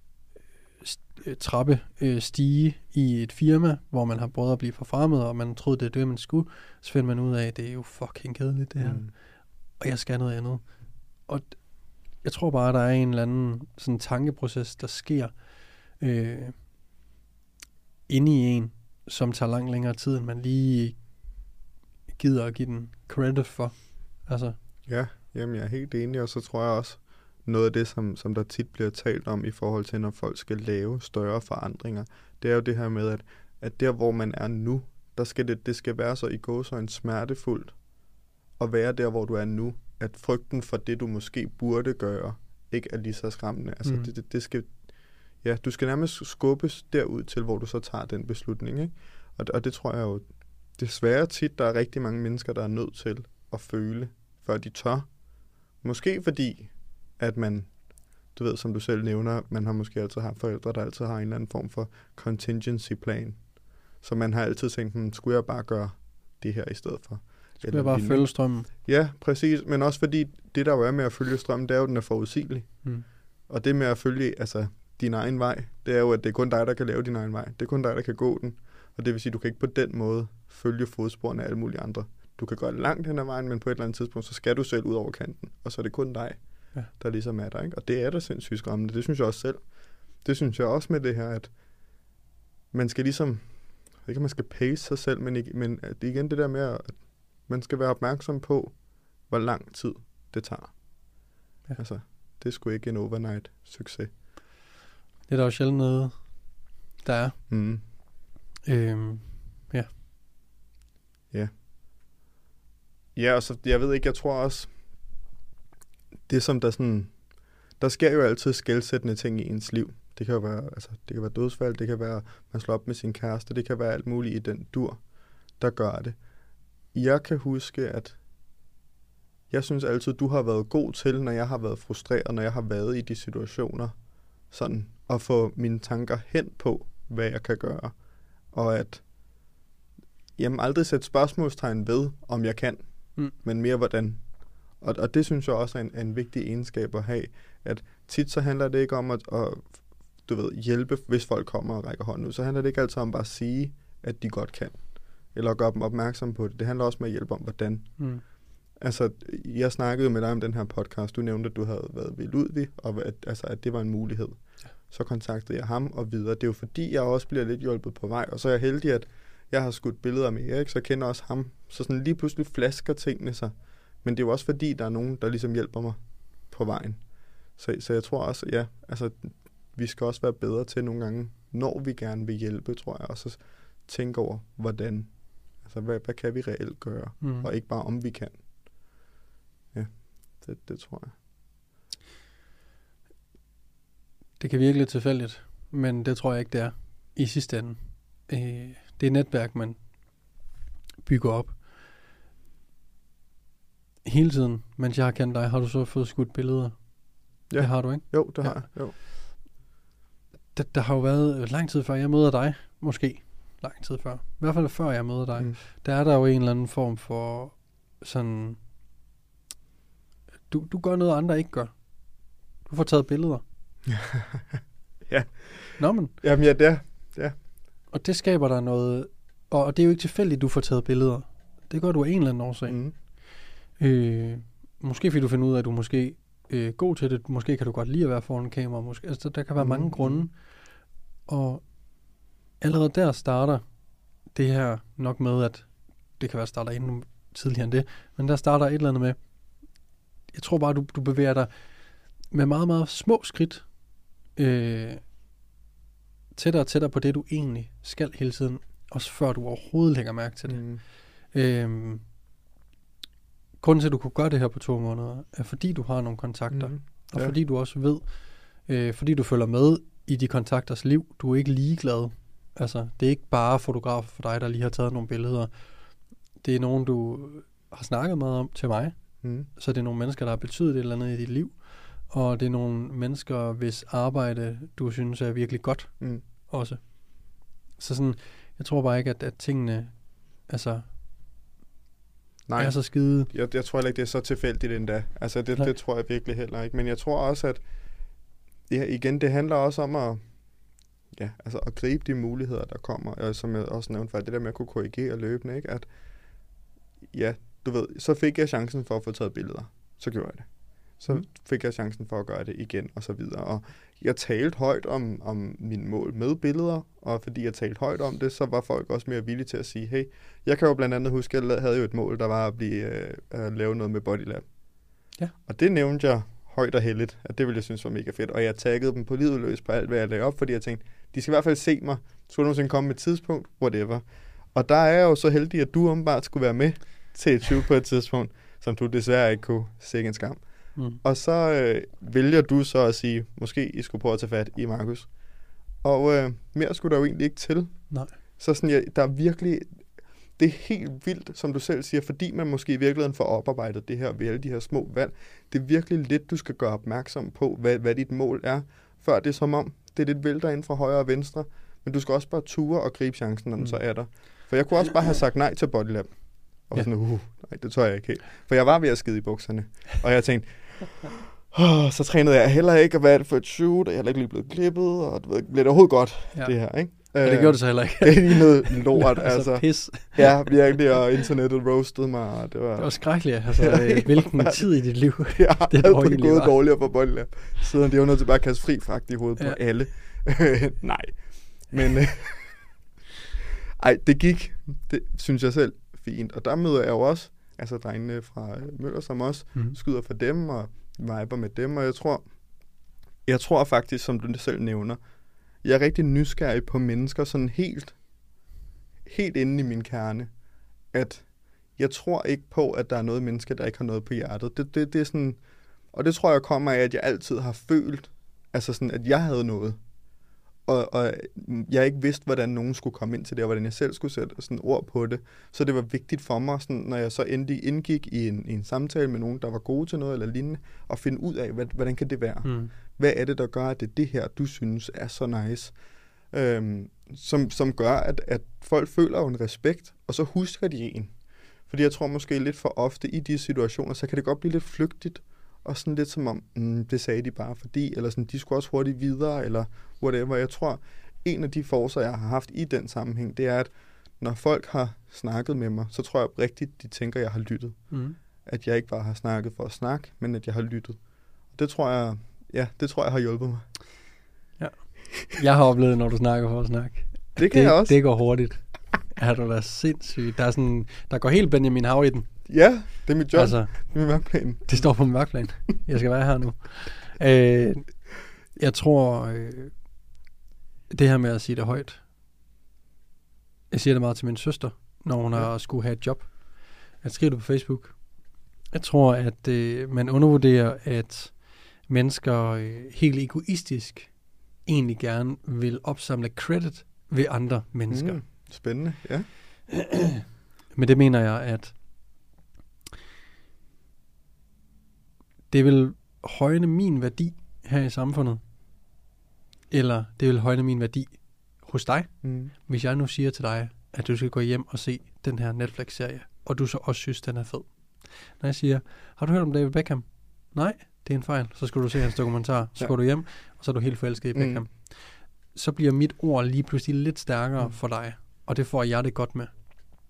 trappestige i et firma, hvor man har prøvet at blive forfremmet, og man troede, det er det, man skulle. Så finder man ud af, at det er jo fucking kedeligt, det her. Og jeg skal noget andet. Og jeg tror bare, der er en eller anden sådan tankeproces, der sker inde i en, som tager langt længere tid, end man lige gider at give den credit for. Altså, Ja, jamen jeg er helt enig, og så tror jeg også, noget af det, som der tit bliver talt om i forhold til, når folk skal lave større forandringer, det er jo det her med, at der, hvor man er nu, det skal være så i gåseøjne smertefuldt at være der, hvor du er nu, at frygten for det, du måske burde gøre, ikke er lige så skræmmende. Altså, det skal, ja, du skal nærmest skubbes derud til, hvor du så tager den beslutning, ikke? Og det tror jeg jo, desværre tit, der er rigtig mange mennesker, der er nødt til at føle, før de tør. Måske fordi, at man, du ved, som du selv nævner, man har måske altid haft forældre, der altid har en eller anden form for contingency plan. Så man har altid tænkt, skulle jeg bare gøre det her i stedet for? Skulle jeg bare følge strømmen? Ja, præcis. Men også fordi, det der jo er med at følge strømmen, det er jo, den er forudsigelig. Og det med at følge din egen vej, det er jo, at det er kun dig, der kan lave din egen vej. Det er kun dig, der kan gå den. Og det vil sige, at du kan ikke på den måde følge fodsporene af alle mulige andre. Du kan gå langt hen ad vejen, men på et eller andet tidspunkt, så skal du selv ud over kanten. Og så er det kun dig, der ligesom er der, ikke? Og det er da sindssygt skræmmende. Det synes jeg også selv. Det synes jeg også med det her, at man skal ligesom, ikke at man skal pace sig selv, men igen det der med, at man skal være opmærksom på, hvor lang tid det tager. Ja. Altså, det er sgu ikke en overnight succes. Det er der jo sjældent noget, der er. Ja. Ja. Ja, og så, jeg ved ikke, jeg tror også, det som der sker jo altid skelsættende ting i ens liv. Det kan jo være, det kan være dødsfald, det kan være, man slår op med sin kæreste, det kan være alt muligt i den dur, der gør det. Jeg kan huske, at jeg synes altid, du har været god til, når jeg har været frustreret, når jeg har været i de situationer, sådan at få mine tanker hen på, hvad jeg kan gøre. Og at aldrig sætte spørgsmålstegn ved, om jeg kan, men mere hvordan. Og det synes jeg også er en vigtig egenskab at have, at tit så handler det ikke om at du ved, hjælpe, hvis folk kommer og rækker hånden ud. Så handler det ikke altid om bare at sige, at de godt kan, eller gøre dem opmærksom på det. Det handler også om at hjælpe om, hvordan. Altså, jeg snakkede med dig om den her podcast. Du nævnte, at du havde været ved Ludvig, og at det var en mulighed. Ja. Så kontaktede jeg ham og videre. Det er jo fordi, jeg også bliver lidt hjulpet på vej, og så er jeg heldig, at jeg har skudt billeder med Erik, så jeg kender også ham. Så sådan lige pludselig flasker tingene sig. Men det er jo også fordi, der er nogen, der ligesom hjælper mig på vejen. Så jeg tror også, vi skal også være bedre til nogle gange, når vi gerne vil hjælpe, tror jeg, og så tænke over, hvordan. Altså, hvad kan vi reelt gøre, og ikke bare om vi kan. Ja, det tror jeg. Det kan virke lidt tilfældigt, men det tror jeg ikke, det er i sidste ende. Det er netværk, man bygger op. Hele tiden, mens jeg har kendt dig, har du så fået skudt billeder? Ja. Det har du, ikke? Jo, det har jeg. Jo. Der har jo været lang tid før jeg møder dig, måske lang tid før. I hvert fald før jeg møder dig. Der er der jo en eller anden form for sådan, du gør noget, andre ikke gør. Du får taget billeder. Ja. Nå, men. Jamen ja, det er. Ja. Og det skaber der noget, og det er jo ikke tilfældigt, du får taget billeder. Det gør du af en eller anden årsag. Måske fordi du finder ud af, at du måske god til det. Måske kan du godt lide at være foran kamera. Måske. Altså, der kan være mange grunde. Og allerede der starter det her nok med, at det kan være starter endnu tidligere end det, men der starter et eller andet med, jeg tror bare, du bevæger dig med meget, meget små skridt tættere og tættere på det, du egentlig skal hele tiden, også før du overhovedet lægger mærke til det. Grunden til, at du kunne gøre det her på 2 måneder, er fordi du har nogle kontakter, og fordi du også ved, fordi du følger med i de kontakters liv. Du er ikke ligeglad. Altså, det er ikke bare fotografer for dig, der lige har taget nogle billeder. Det er nogen, du har snakket meget om til mig. Så det er nogle mennesker, der har betydet et eller andet i dit liv. Og det er nogle mennesker, hvis arbejde, du synes er virkelig godt også. Så sådan, jeg tror bare ikke, at tingene, altså, nej, er så skide. Jeg tror heller ikke, det er så tilfældigt endda. Altså, det tror jeg virkelig heller ikke. Men jeg tror også, at igen, det handler også om at gribe de muligheder, der kommer. Og som jeg også nævnte før, det der med at kunne korrigere løbende, ikke? At, ja, du ved, så fik jeg chancen for at få taget billeder. Så gjorde jeg det. Så fik jeg chancen for at gøre det igen, og så videre. Og jeg talte højt om mine mål med billeder, og fordi jeg talte højt om det, så var folk også mere villige til at sige, hey, jeg kan jo blandt andet huske, at jeg havde jo et mål, der var at lave noget med Bodylab. Ja. Og det nævnte jeg højt og heldigt, at det ville jeg synes var mega fedt. Og jeg taggede dem på livet løs på alt, hvad jeg lagde op, fordi jeg tænkte, de skal i hvert fald se mig. Skulle nogensinde komme med et tidspunkt, whatever. Og der er jeg jo så heldig, at du åbenbart skulle være med til et shoot på et tidspunkt, som du desværre ikke kunne. Sikke en skam. Og så vælger du så at sige, måske I skulle prøve at tage fat i Markus. Og mere skulle der jo egentlig ikke til. Nej. Så sådan, der er virkelig, det er helt vildt, som du selv siger, fordi man måske i virkeligheden får oparbejdet det her ved alle de her små valg. Det er virkelig lidt, du skal gøre opmærksom på, hvad dit mål er, før det er som om, det er lidt vælter ind fra højre og venstre, men du skal også bare ture og gribe chancen, når den så er der. For jeg kunne også bare have sagt nej til Bodylab. Og sådan, nej, det tror jeg ikke helt. For jeg var ved at skide i bukserne, og jeg tænkte, så trænede jeg heller ikke, og hvad er det for et shoot, og jeg er ikke lige blevet klippet, og det blev det overhovedet godt, det her, ikke? Og det gjorde det så heller ikke. Det er lige noget lort, altså. Pis. Ja, virkelig, og internettet roastede mig, og det var skrækkeligt, altså, hvilken tid i dit liv ja, det havde gået dårligere på Bodylab, siden det var nødt til bare at kaste fri fragt i hovedet på alle. Nej, men det gik, det synes jeg selv, fint, og der møder jeg jo også, altså drengene fra Møller, som også skyder for dem, og viber med dem, og jeg tror faktisk, som du selv nævner, jeg er rigtig nysgerrig på mennesker, sådan helt inde i min kerne, at jeg tror ikke på, at der er noget menneske, der ikke har noget på hjertet. Det er sådan, og det tror jeg kommer af, at jeg altid har følt, altså sådan, at jeg havde noget, og jeg ikke vidste, hvordan nogen skulle komme ind til det, og hvordan jeg selv skulle sætte sådan ord på det. Så det var vigtigt for mig, sådan, når jeg så endelig indgik i en samtale med nogen, der var gode til noget eller lignende, at finde ud af, hvordan kan det være? Hvad er det, der gør, at det er det her, du synes er så nice? Som gør, at folk føler jo en respekt, og så husker de en. Fordi jeg tror måske lidt for ofte i de situationer, så kan det godt blive lidt flygtigt, og sådan lidt som om, det sagde de bare fordi, eller sådan, de skulle også hurtigt videre, eller whatever. Jeg tror, en af de forser, jeg har haft i den sammenhæng, det er, at når folk har snakket med mig, så tror jeg rigtigt, de tænker, at jeg har lyttet. At jeg ikke bare har snakket for at snakke, men at jeg har lyttet. Det tror jeg har hjulpet mig. Ja. Jeg har oplevet, når du snakker for at snakke. Det kan jeg også. Det går hurtigt. Er du da sindssygt. Der går helt Benjamin Hav i den. Ja, det er mit job. Altså, det er min mærkplan. Det står på min mærkplan. Jeg skal være her nu. Jeg tror, det her med at sige det højt. Jeg siger det meget til min søster, når hun har skulle have et job. Jeg skriver det på Facebook. Jeg tror, at man undervurderer, at mennesker helt egoistisk egentlig gerne vil opsamle credit ved andre mennesker. Spændende, ja. Men det mener jeg, at det vil højne min værdi her i samfundet, eller det vil højne min værdi hos dig, hvis jeg nu siger til dig, at du skal gå hjem og se den her Netflix-serie, og du så også synes, den er fed. Når jeg siger, har du hørt om David Beckham? Nej, det er en fejl. Så skal du se hans dokumentar, så går du hjem, og så er du helt forelsket i Beckham. Så bliver mit ord lige pludselig lidt stærkere for dig, og det får jeg det godt med.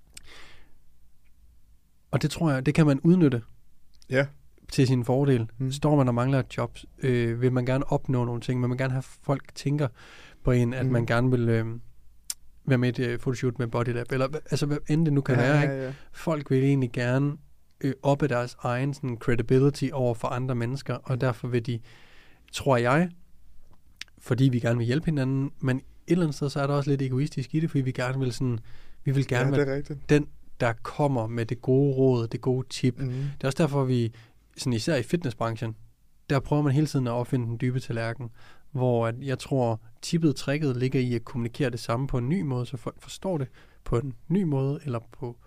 Og det tror jeg, det kan man udnytte til sin fordel. Står man og mangler et job, vil man gerne opnå nogle ting, vil man gerne have folk tænker på en, at man gerne vil være med i et photoshoot med Bodylab, eller altså hvad end det nu kan være. Ikke? Ja. Folk vil egentlig gerne oppe deres egen sådan, credibility over for andre mennesker, og derfor vil de, tror jeg, fordi vi gerne vil hjælpe hinanden, men et eller andet sted, så er der også lidt egoistisk i det, fordi vi gerne vil sådan, vi vil gerne være den, der kommer med det gode råd, det gode tip. Det er også derfor, vi, sådan især i fitnessbranchen, der prøver man hele tiden at opfinde den dybe tallerken, hvor at jeg tror, tricket ligger i at kommunikere det samme på en ny måde, så folk forstår det på en ny måde, eller på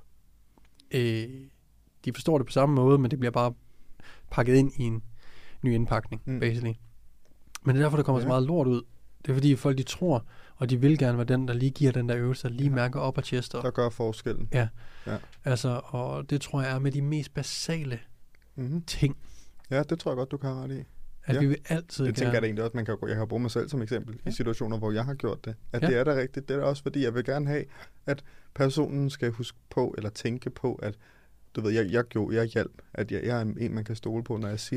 de forstår det på samme måde, men det bliver bare pakket ind i en ny indpakning, basically. Men det er derfor, der kommer så meget lort ud. Det er fordi folk, de tror, og de vil gerne være den, der lige giver den der øvelse, lige mærker op og chester. Der gør forskellen. Ja. Altså, og det tror jeg er med de mest basale ting. Ja, det tror jeg godt, du kan have ret i. At vi vil altid det tænker jeg da egentlig også, jeg kan bruge mig selv som eksempel i situationer, hvor jeg har gjort det. At det er da rigtigt. Det er da også fordi, jeg vil gerne have, at personen skal huske på, eller tænke på, at du ved, jeg hjalp, at jeg er en, man kan stole på, når jeg siger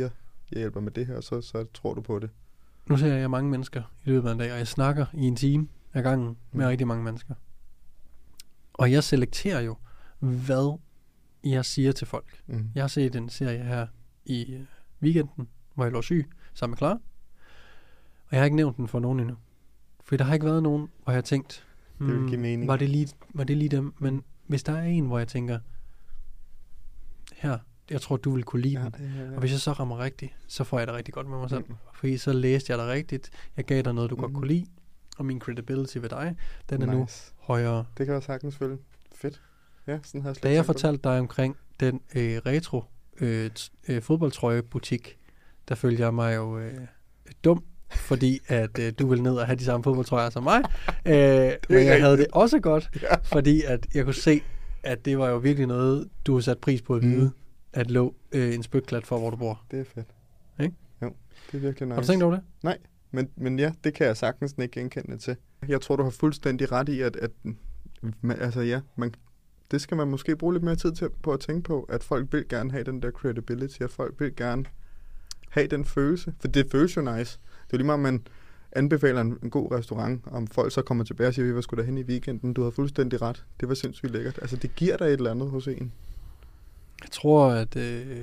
jeg hjælper med det her, så tror du på det. Nu ser jeg mange mennesker i løbet af en dag, og jeg snakker i en time ad gangen med rigtig mange mennesker. Og jeg selekterer jo, hvad jeg siger til folk. Jeg har set en serie her i weekenden, hvor jeg lå syg sammen med Clara. Og jeg har ikke nævnt den for nogen endnu. For der har ikke været nogen, hvor jeg har tænkt, det vil give mening. Var det lige dem? Men hvis der er en, hvor jeg tænker, her, jeg tror, du vil kunne lide den. Ja. Og hvis jeg så rammer rigtigt, så får jeg det rigtig godt med mig selv. Fordi så læste jeg dig rigtigt. Jeg gav dig noget, du godt kunne lide. Og min credibility ved dig, den er nu højere. Det kan jeg sagtens følge. Fedt. Ja, sådan har jeg slet Da jeg fortalte dig omkring den retro fodboldtrøjebutik, der følte jeg mig jo dum, fordi at du ville ned og have de samme fodboldtrøjer som mig. Men jeg havde det også godt, fordi at jeg kunne se, at det var jo virkelig noget, du har sat pris på at vide, at lå en spytklat for, hvor du bor. Det er fedt. Ikke? Jo, det er virkelig nice. Har du tænkt over det? Nej, men ja, det kan jeg sagtens ikke genkende til. Jeg tror, du har fuldstændig ret i, at altså ja, det skal man måske bruge lidt mere tid på at tænke på, at folk vil gerne have den der credibility, at folk vil gerne have den følelse, for det føles jo nice. Det er lige meget, man anbefaler en god restaurant, om folk så kommer tilbage og siger, vi var sgu da hen i weekenden, du havde fuldstændig ret. Det var sindssygt lækkert. Altså, det giver dig et eller andet hos en. Jeg tror, at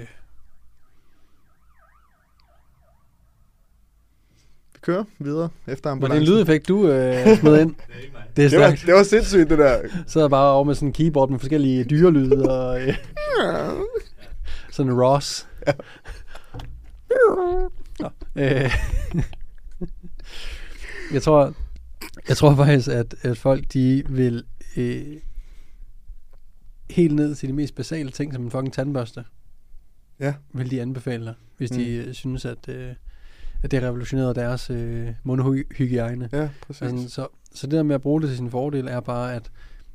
vi kører videre efter ambulancen. Var det en lydeffekt, du smed ind? Det er ikke mig. Det var sindssygt, det der. Så bare over med sådan en keyboard med forskellige dyrelyde og sådan en Ross. Ja. Jeg tror faktisk, at folk de vil helt ned til de mest basale ting, som en fucking tandbørste. Ja. Vil de anbefale dig, hvis de synes, at det revolutionerede deres mundhygiejne. Ja, præcis. Altså, så det der med at bruge det til sin fordel, er bare at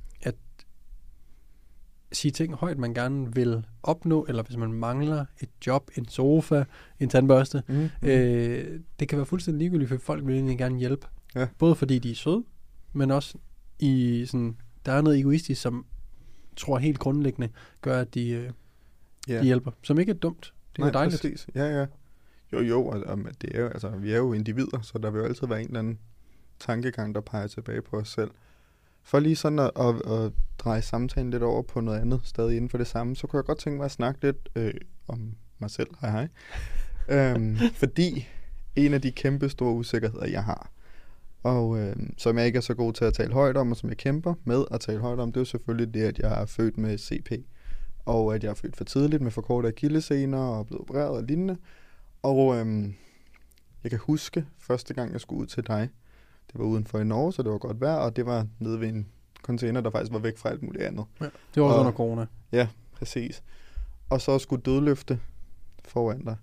sige ting højt, man gerne vil opnå, eller hvis man mangler et job, en sofa, en tandbørste. Det kan være fuldstændig ligegyldigt, for folk vil egentlig gerne hjælpe. Ja. Både fordi de er søde, men også i sådan, der er noget egoistisk, som tror helt grundlæggende gør, at de hjælper. Som ikke er dumt. Det er jo dejligt. Præcis. Ja. Jo, og det er jo, altså, vi er jo individer, så der vil jo altid være en eller anden tankegang, der peger tilbage på os selv. For lige sådan at dreje samtalen lidt over på noget andet, stadig inden for det samme, så kunne jeg godt tænke mig at snakke lidt om mig selv. Hej. Fordi en af de kæmpe store usikkerheder, jeg har, og som jeg ikke er så god til at tale højt om, og som jeg kæmper med at tale højt om, det er jo selvfølgelig det, at jeg er født med CP, og at jeg er født for tidligt med forkortede akillessener og blevet opereret og lignende. Og jeg kan huske første gang, jeg skulle ud til dig. Det var udenfor i Norge, så det var godt vejr, og det var nede ved en container, der faktisk var væk fra alt muligt andet. Ja, det var også under corona. Ja, præcis. Og så skulle dødløfte foran dig.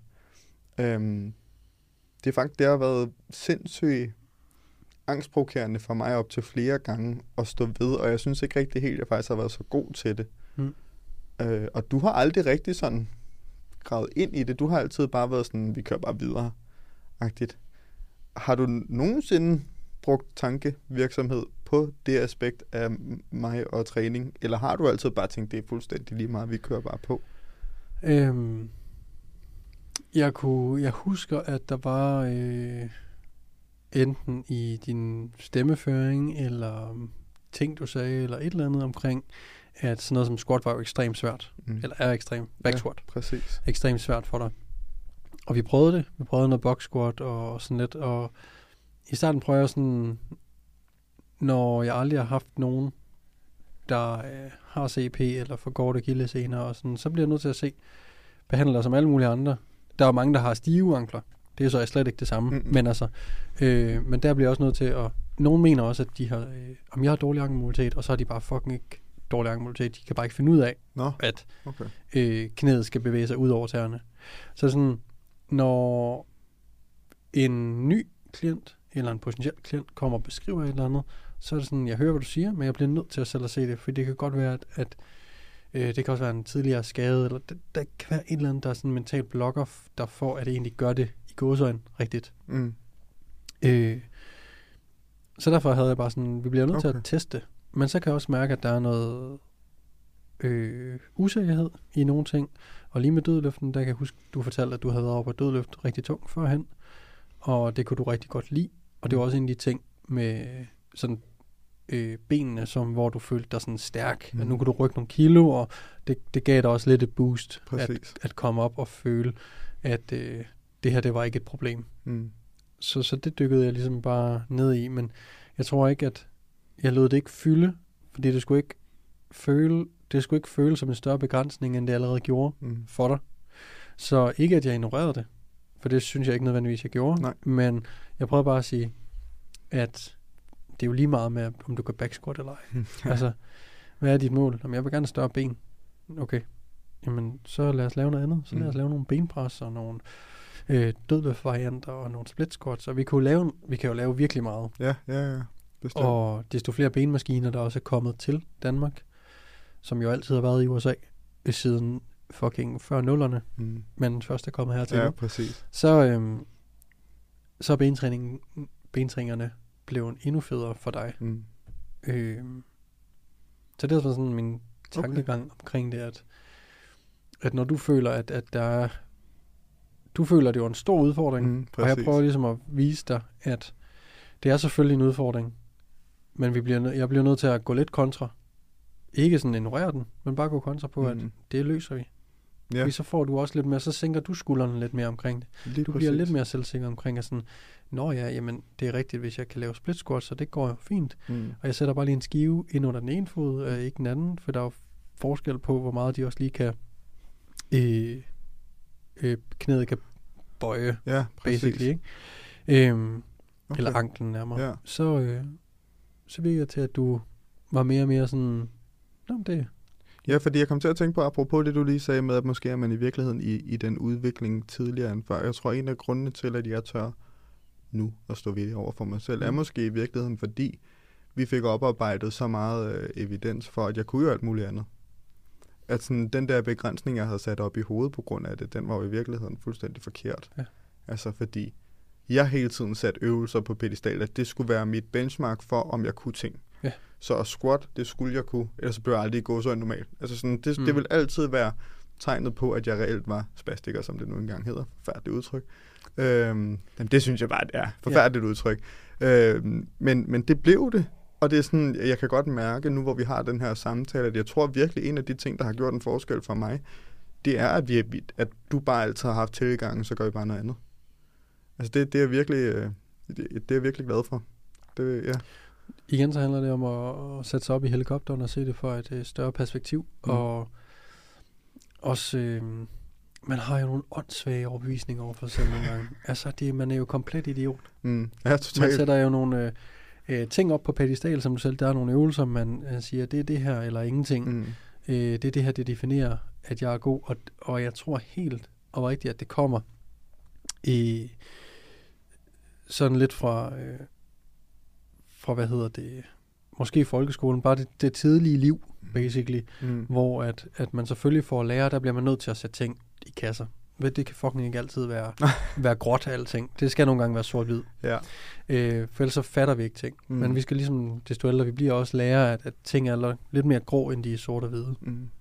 Det har været sindssygt angstprovokerende for mig op til flere gange at stå ved, og jeg synes ikke rigtig helt, at jeg faktisk har været så god til det. Og du har aldrig rigtig sådan gravet ind i det. Du har altid bare været sådan, vi kører bare videre-agtigt. Har du nogensinde brugt tankevirksomhed på det aspekt af mig og træning, eller har du altid bare tænkt, det er fuldstændig lige meget, vi kører bare på? Jeg husker, at der var enten i din stemmeføring, eller ting, du sagde, eller et eller andet omkring, at sådan noget som squat var jo ekstremt svært. Eller er ekstremt. Back squat. Ja, præcis. Ekstremt svært for dig. Og vi prøvede det. Vi prøvede noget box squat og sådan lidt. Og i starten prøvede jeg sådan, når jeg aldrig har haft nogen, der har CP eller forkortet akillessener og sådan, så bliver jeg nødt til at se behandlere som alle mulige andre. Der er mange, der har stive ankler. Det er så slet ikke det samme. Men altså, men der bliver jeg også nødt til at, nogen mener også, at de har, om jeg har dårlig ankelmobilitet, og så har de bare fucking ikke dårlig ankelmobilitet. De kan bare ikke finde ud af, at knæet skal bevæge sig ud over tæerne. Så sådan, når en ny klient, eller en potentiel klient, kommer og beskriver et eller andet, så er det sådan, jeg hører, hvad du siger, men jeg bliver nødt til at selv at se det, for det kan godt være, at det kan også være en tidligere skade, eller der kan være et eller andet, der er sådan en mental blokker, der får, at det egentlig gør det i gåseøjne rigtigt. Så derfor havde jeg bare sådan, vi bliver nødt til at teste, men så kan jeg også mærke, at der er noget usikkerhed i nogle ting, Og lige med dødløften, der kan jeg huske, du fortalte, at du havde været oppe og dødløft rigtig tungt førhen, og det kunne du rigtig godt lide. Og det var også en af de ting med sådan benene, hvor du følte dig sådan stærk. At nu kunne du rykke nogle kilo, og det gav dig også lidt et boost at komme op og føle, at det her, det var ikke et problem. Så det dykkede jeg ligesom bare ned i, men jeg tror ikke, at jeg lod det ikke fylde, fordi det skulle ikke føles som en større begrænsning, end det allerede gjorde for dig. Så ikke, at jeg ignorerede det, for det synes jeg ikke nødvendigvis, jeg gjorde. Nej. Men jeg prøvede bare at sige, at det er jo lige meget med, om du kan backsquat eller ej. Altså, hvad er dit mål? Jamen, jeg vil gerne have større ben. Okay, jamen, så lad os lave noget andet. Så lad os lave nogle benpres og nogle dødløftvarianter og nogle split squats. Og vi kan jo lave virkelig meget. Ja. Bestemt. Og desto flere benmaskiner, der også er kommet til Danmark, som jo altid har været i USA, siden fucking før nullerne, men først er kommet hertil. Ja, præcis. Så er bentræningerne blevet endnu federe for dig. Så det er sådan min tankegang omkring det, at når du føler, at der er, du føler, at det er en stor udfordring, og jeg prøver ligesom at vise dig, at det er selvfølgelig en udfordring, men jeg bliver nødt til at gå lidt kontra. Ikke sådan ignorere den, men bare gå kontra på, at det løser vi. Ja. Fordi så får du også lidt mere, så sænker du skuldrene lidt mere omkring det. Du bliver lidt mere selvsikker omkring, at sådan, jamen, det er rigtigt, hvis jeg kan lave split squats, så det går jo fint. Og jeg sætter bare lige en skive ind under den ene fod, ikke den anden, for der er jo forskel på, hvor meget de også lige kan, knæet kan bøje, basically, ikke? Eller anklen nærmere. Ja. Så virker det til, at du var mere og mere sådan, det. Ja, fordi jeg kom til at tænke på, apropos det, du lige sagde med, at måske er man i virkeligheden i den udvikling tidligere end før. Jeg tror, en af grundene til, at jeg tør nu at stå ved over for mig selv, er måske i virkeligheden, fordi vi fik oparbejdet så meget evidens for, at jeg kunne jo alt muligt andet. At sådan, den der begrænsning, jeg havde sat op i hovedet på grund af det, den var jo i virkeligheden fuldstændig forkert. Ja. Altså fordi jeg hele tiden satte øvelser på pedestal, at det skulle være mit benchmark for, om jeg kunne ting. Ja. Så at squat, det skulle jeg kunne, ellers blev jeg aldrig gå så normalt. Altså sådan, det vil altid være tegnet på, at jeg reelt var spastiker, som det nu engang hedder. Forfærdeligt udtryk. Det synes jeg bare, det er. Forfærdeligt udtryk. Men det blev det. Og det er sådan, jeg kan godt mærke nu, hvor vi har den her samtale, at jeg tror virkelig, en af de ting, der har gjort en forskel for mig, det er, at du bare altid har haft tilgangen, så gør vi bare noget andet. Altså det er jeg virkelig glad for. Igen så handler det om at sætte sig op i helikopteren og se det fra et større perspektiv. Og også, man har jo nogle åndssvage overbevisninger over for sig selv nogle gange. Altså, man er jo komplet idiot. Ja, totalt. Man sætter jo nogle ting op på pedestal, som du selv, der er nogle øvelser, man siger, det er det her eller ingenting. Det er det her, det definerer, at jeg er god. Og jeg tror helt og rigtigt, at det kommer sådan lidt fra måske folkeskolen, bare det tidlige liv, basically, hvor at man selvfølgelig får lære, der bliver man nødt til at sætte ting i kasser. Det kan fucking ikke altid være gråt af alting. Det skal nogle gange være sort-hvid. Ja. For ellers så fatter vi ikke ting. Men vi skal ligesom, desto ældre vi bliver, også lære, at ting er lidt mere grå, end de er sort og hvide.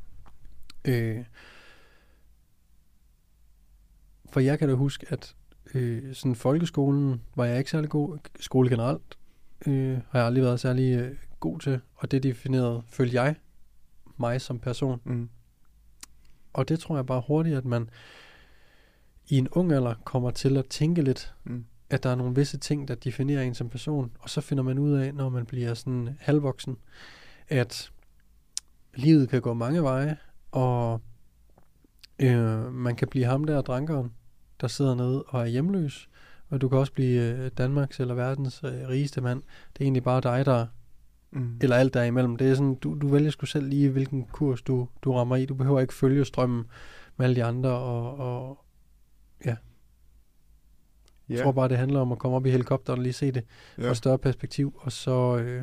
For jeg kan da huske, at sådan folkeskolen var jeg ikke særlig god. Skole generelt har jeg aldrig været særlig god til. Og det definerede, følte jeg, mig som person. Og det tror jeg bare hurtigt, at man i en ung alder kommer til at tænke lidt, at der er nogle visse ting, der definerer en som person. Og så finder man ud af, når man bliver sådan halvvoksen, at livet kan gå mange veje, og man kan blive ham der drankeren, der sidder nede og er hjemløs, og du kan også blive Danmarks eller verdens rigeste mand. Det er egentlig bare dig, der eller alt derimellem. Det er sådan, du vælger sgu selv lige, hvilken kurs du rammer i. Du behøver ikke følge strømmen med alle de andre, og ja. Jeg tror bare, det handler om at komme op i helikopteren og lige se det fra et større perspektiv, og så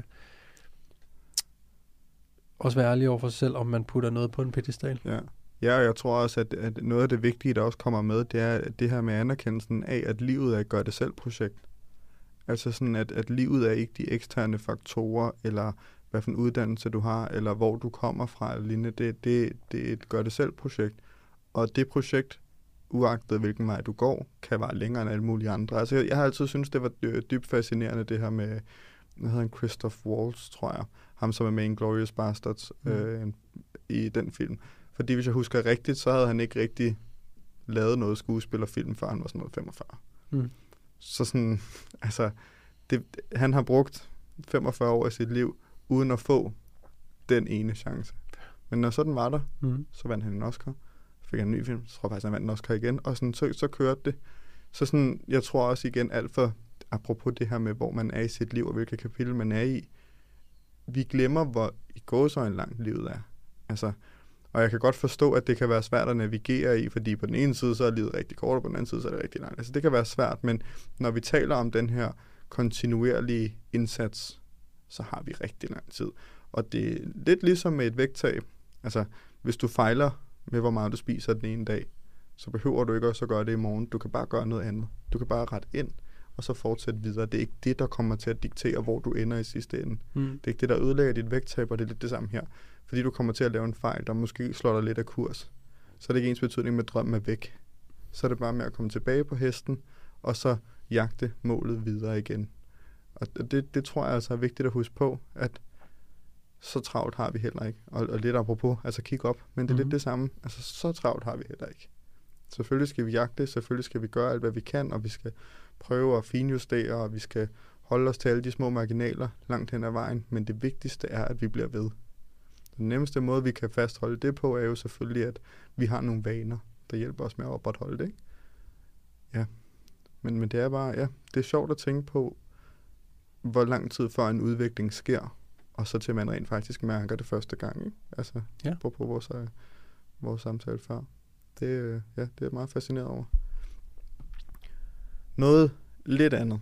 også være ærlig over for sig selv, om man putter noget på en pedestal. Ja, og jeg tror også, at noget af det vigtige, der også kommer med, det er det her med anerkendelsen af, at livet er et gør-det-selv-projekt. Altså sådan, at livet er ikke de eksterne faktorer, eller hvad for en uddannelse du har, eller hvor du kommer fra, eller lignende. Det er et gør-det-selv-projekt. Og det projekt, uagtet hvilken vej du går, kan være længere end alle mulige andre. Altså, jeg har altid syntes, det var dybt fascinerende, det her med, hvad hedder han, Christoph Waltz, tror jeg. Ham, som er med i Inglourious Basterds i den film. Fordi hvis jeg husker rigtigt, så havde han ikke rigtig lavet noget skuespillerfilm, før han var sådan noget 45. Så sådan, altså, han har brugt 45 år af sit liv, uden at få den ene chance. Men når sådan var der, så vandt han en Oscar. Fik han en ny film, så tror jeg faktisk, han vandt en Oscar igen. Og sådan, så kørte det. Så sådan, jeg tror også igen, alt for, apropos det her med, hvor man er i sit liv, og hvilket kapitel man er i, vi glemmer, hvor i gåseøjne langt livet er. Altså, og jeg kan godt forstå, at det kan være svært at navigere i, fordi på den ene side, så er livet rigtig kort, og på den anden side, så er det rigtig langt. Altså, det kan være svært, men når vi taler om den her kontinuerlige indsats, så har vi rigtig lang tid. Og det er lidt ligesom med et vægttab. Altså, hvis du fejler med, hvor meget du spiser den ene dag, så behøver du ikke også at gøre det i morgen. Du kan bare gøre noget andet. Du kan bare rette ind, og så fortsætte videre. Det er ikke det, der kommer til at diktere, hvor du ender i sidste ende. Det er ikke det, der ødelægger dit vægttab, og det er lidt det samme her. Fordi du kommer til at lave en fejl, der måske slår dig lidt af kurs. Så er det ikke ens betydning med, at drømmen er væk. Så er det bare med at komme tilbage på hesten, og så jagte målet videre igen. Og det tror jeg altså er vigtigt at huske på, at så travlt har vi heller ikke. Og lidt apropos, altså kig op, men det er lidt det samme. Altså så travlt har vi heller ikke. Selvfølgelig skal vi jagte, selvfølgelig skal vi gøre alt, hvad vi kan, og vi skal prøve at finjustere, og vi skal holde os til alle de små marginaler langt hen ad vejen, men det vigtigste er, at vi bliver ved. Den nemmeste måde, vi kan fastholde det på, er jo selvfølgelig, at vi har nogle vaner, der hjælper os med at opretholde det, ikke? Ja, men det er bare, ja, det er sjovt at tænke på, hvor lang tid før en udvikling sker, og så til man rent faktisk mærker det første gang, ikke? Altså, på vores samtale før. Det er meget fascineret over. Noget lidt andet.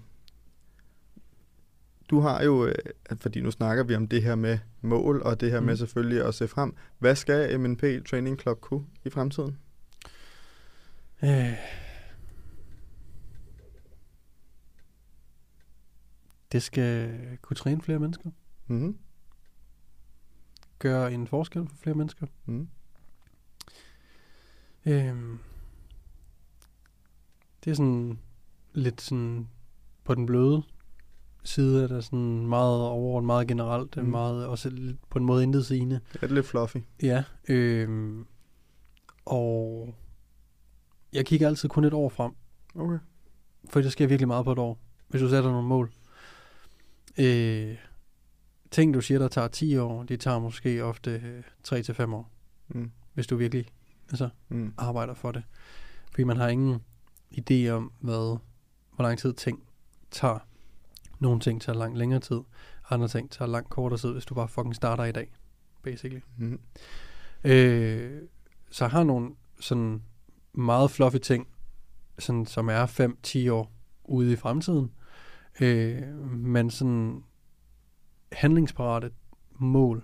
Du har jo, fordi nu snakker vi om det her med mål, og det her med selvfølgelig at se frem. Hvad skal MNP Training Club kunne i fremtiden? Det skal kunne træne flere mennesker. Gøre en forskel for flere mennesker. Det er sådan lidt sådan på den bløde side, er der sådan meget overordnet, meget generelt, meget også på en måde intetsigende. Det er lidt fluffy. Ja, og jeg kigger altid kun et år frem. Okay. For det sker virkelig meget på et år, hvis du sætter nogle mål. Ting, du siger, der tager 10 år, de tager måske ofte 3-5 år. Hvis du virkelig arbejder for det. Fordi man har ingen idé om, hvor lang tid ting tager. Nogle ting tager langt længere tid, andre ting tager langt kortere tid, hvis du bare fucking starter i dag, basically. Så jeg har nogle sådan meget fluffy ting, sådan, som er 5-10 år ude i fremtiden, men sådan handlingsparate mål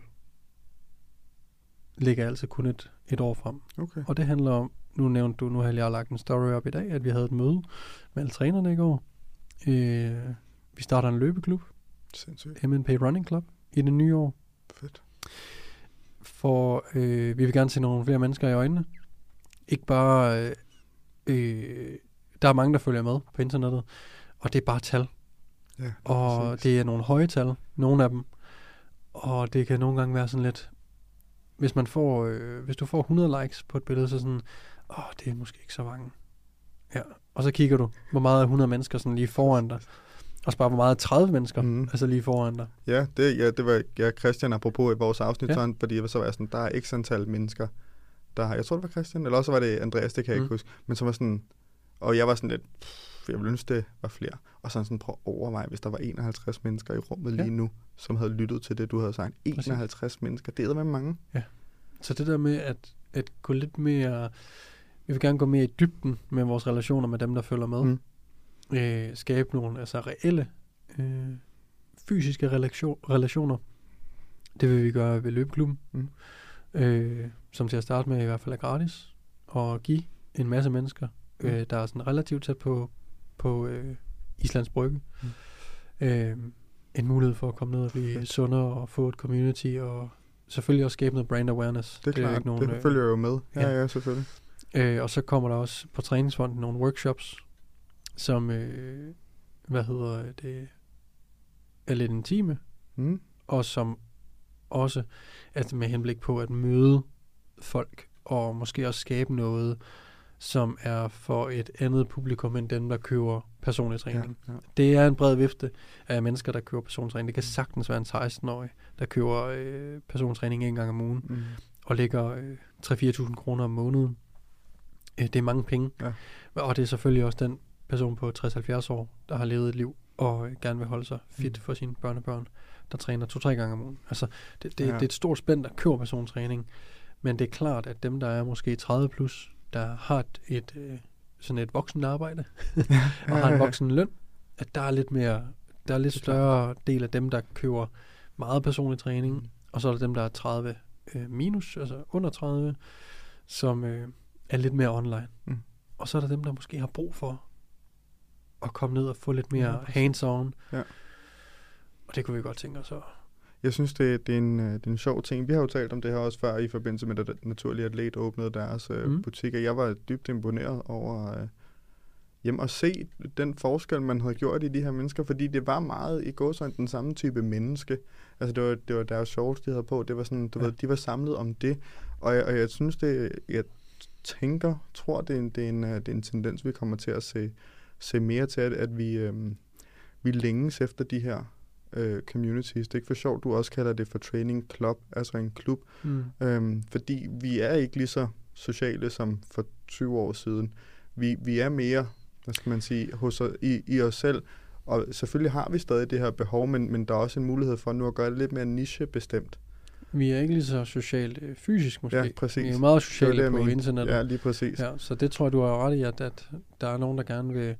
ligger altså kun et år frem. Okay. Og det handler om, nu har jeg lagt en story op i dag, at vi havde et møde med alle trænerne i går. Vi starter en løbeklub. Sindssygt. MNP Running Club i det nye år. Fedt. For vi vil gerne se nogle flere mennesker i øjnene. Ikke bare... der er mange, der følger med på internettet, og det er bare tal. Ja, og præcis. det er nogle høje tal, nogle af dem. Og det kan nogle gange være sådan lidt... Hvis du får 100 likes på et billede, så sådan... det er måske ikke så mange. Ja. Og så kigger du, hvor meget er 100 mennesker sådan lige foran dig. Og så bare, hvor meget er 30 mennesker, altså lige foran dig. Ja, det var Christian apropos i vores afsnit, fordi så var jeg sådan, der er x antal mennesker, der har, jeg tror det var Christian, eller også var det Andreas, det kan jeg ikke huske, men så var sådan, og jeg var sådan lidt, jeg ville ønske, det var flere, og sådan prøv at overveje, hvis der var 51 mennesker i rummet lige nu, som havde lyttet til det, du havde sagt. 51 mennesker, det er med mange. Ja. Så det der med at gå lidt mere, vi vil gerne gå mere i dybden med vores relationer med dem, der følger med. Skabe nogle altså reelle fysiske relationer. Det vil vi gøre ved løbeklubben, som til at starte med i hvert fald er gratis, og give en masse mennesker, der er sådan relativt tæt på Islands Brygge, en mulighed for at komme ned og blive sundere og få et community, og selvfølgelig også skabe noget brand awareness. Det er klart, ikke nogen, det følger jo med. Ja, selvfølgelig. Og så kommer der også på Træningsfonden nogle workshops, som, er lidt intime, og som også er med henblik på at møde folk, og måske også skabe noget, som er for et andet publikum, end dem, der køber personlig træning. Ja. Det er en bred vifte af mennesker, der køber personlig træning. Det kan sagtens være en 16-årig, der køber personlig træning en gang om ugen, og lægger 3-4.000 kroner om måneden. Det er mange penge. Ja. Og det er selvfølgelig også den person på 60-70 år, der har levet et liv, og gerne vil holde sig fit for sine børnebørn, der træner 2-3 gange om ugen. Altså, det er et stort spænd, der køber personlig træning. Men det er klart, at dem, der er måske 30 plus, der har sådan et voksen arbejde, og har en voksen løn, at der er lidt større del af dem, der køber meget personlig træning, og så er der dem, der er 30 minus, altså under 30, som er lidt mere online. Og så er der dem, der måske har brug for at komme ned og få lidt mere hands-on. Ja. Og det kunne vi godt tænke os. Jeg synes, det er en sjov ting. Vi har jo talt om det her også før i forbindelse med, at Naturlig Atlet åbnede deres butikker. Jeg var dybt imponeret over hjem at se den forskel, man havde gjort i de her mennesker, fordi det var meget i gåsøjne den samme type menneske. Altså det var deres shorts, de havde på. Det var sådan, de var samlet om det. Og jeg synes, tror, det er en tendens, vi kommer til at se mere til, at vi længes efter de her communities. Det er ikke for sjovt, du også kalder det for training club, altså en klub. Fordi vi er ikke lige så sociale som for 20 år siden. Vi er mere, hvad skal man sige, i os selv. Og selvfølgelig har vi stadig det her behov, men der er også en mulighed for nu at gøre det lidt mere nichebestemt. Vi er ikke lige så socialt fysisk måske. Ja, præcis. Vi er meget sociale på internettet. Ja, lige præcis. Ja, så det tror jeg, du har ret i, at der er nogen, der gerne vil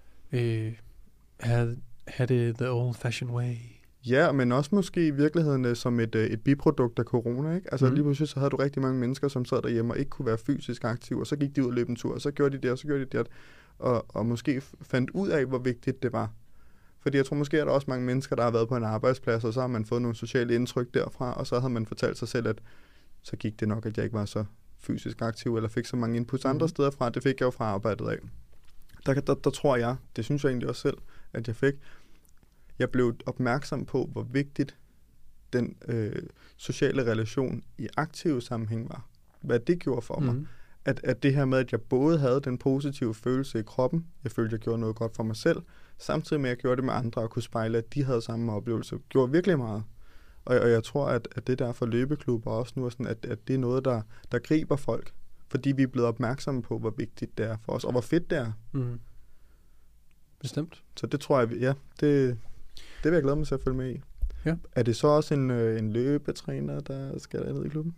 have det the old-fashioned way. Ja, men også måske i virkeligheden som et biprodukt af corona, ikke? Altså lige pludselig så havde du rigtig mange mennesker, som sad derhjemme og ikke kunne være fysisk aktive, og så gik de ud og løb en tur, og så gjorde de det, og så gjorde de det, og måske fandt ud af, hvor vigtigt det var. Fordi jeg tror måske, er der også mange mennesker, der har været på en arbejdsplads, og så har man fået nogle sociale indtryk derfra, og så har man fortalt sig selv, at så gik det nok, at jeg ikke var så fysisk aktiv, eller fik så mange inputs andre steder fra. Det fik jeg jo fra arbejdet af. Der tror jeg, det synes jeg egentlig også selv, at jeg fik. Jeg blev opmærksom på, hvor vigtigt den sociale relation i aktiv sammenhæng var. Hvad det gjorde for mig. At det her med, at jeg både havde den positive følelse i kroppen, jeg følte, jeg gjorde noget godt for mig selv, samtidig med, at jeg gjorde det med andre og kunne spejle, at de havde samme oplevelse, gjorde virkelig meget. Og jeg tror, at det der for løbeklubber også nu er sådan, at det er noget, der griber folk, fordi vi er blevet opmærksomme på, hvor vigtigt det er for os, og hvor fedt det er. Bestemt. Så det tror jeg, ja, det vil jeg glæde mig til at følge med i. Ja. Er det så også en løbetræner, der skal ned i klubben?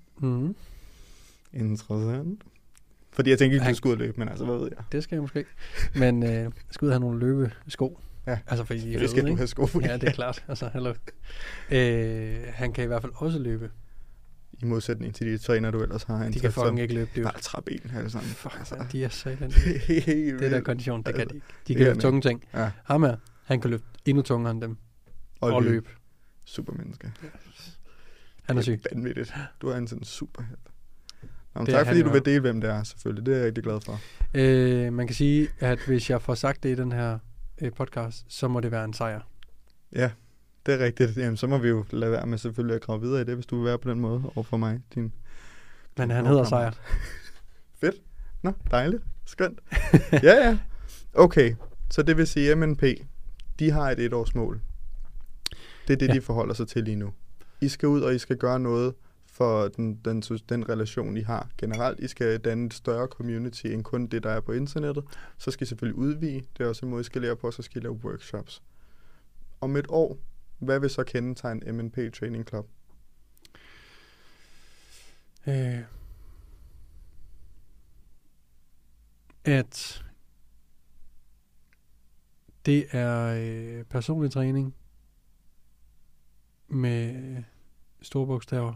Interessant. Fordi jeg tænker ikke, du skal ud og løbe, men altså, hvad ved jeg? Det skal jeg måske. Men jeg skal ud og have nogle løbesko. Ja, altså, fordi det skal du have sko. Ja, det er klart. Altså, han kan i hvert fald også løbe. I modsætning til de træner, du ellers har. De kan fucking ikke løbe. Det er bare træben her sammen. Fuck, altså. De er sådan. Det der kondition, det kan de ikke. De kan løbe tunge ting. Ja. Ham her, han kan løbe endnu tungere end dem. Og løbe. Supermenneske. Han er syg. Vanvittigt. Du er en sådan superhelt. Tak fordi du vil dele, hvem det er, selvfølgelig. Det er jeg rigtig glad for. Man kan sige, at hvis jeg får sagt det i den her podcast, så må det være en sejr. Ja, det er rigtigt. Jamen, så må vi jo lade være med selvfølgelig at grave videre i det, hvis du vil være på den måde overfor mig. Men han hedder Sejr. Fedt. Nå, dejligt. Skønt. Ja. Okay, så det vil sige, MNP, de har et 1-årsmål. Det er det, de forholder sig til lige nu. I skal ud, og I skal gøre noget for den relation, I har generelt. I skal danne et større community end kun det, der er på internettet. Så skal I selvfølgelig udvide. Det er også en måde, I skal lære på, så skal I lave workshops. Om et år, hvad vil så kendetegne MNP Training Club? At det er personlig træning med store bogstaver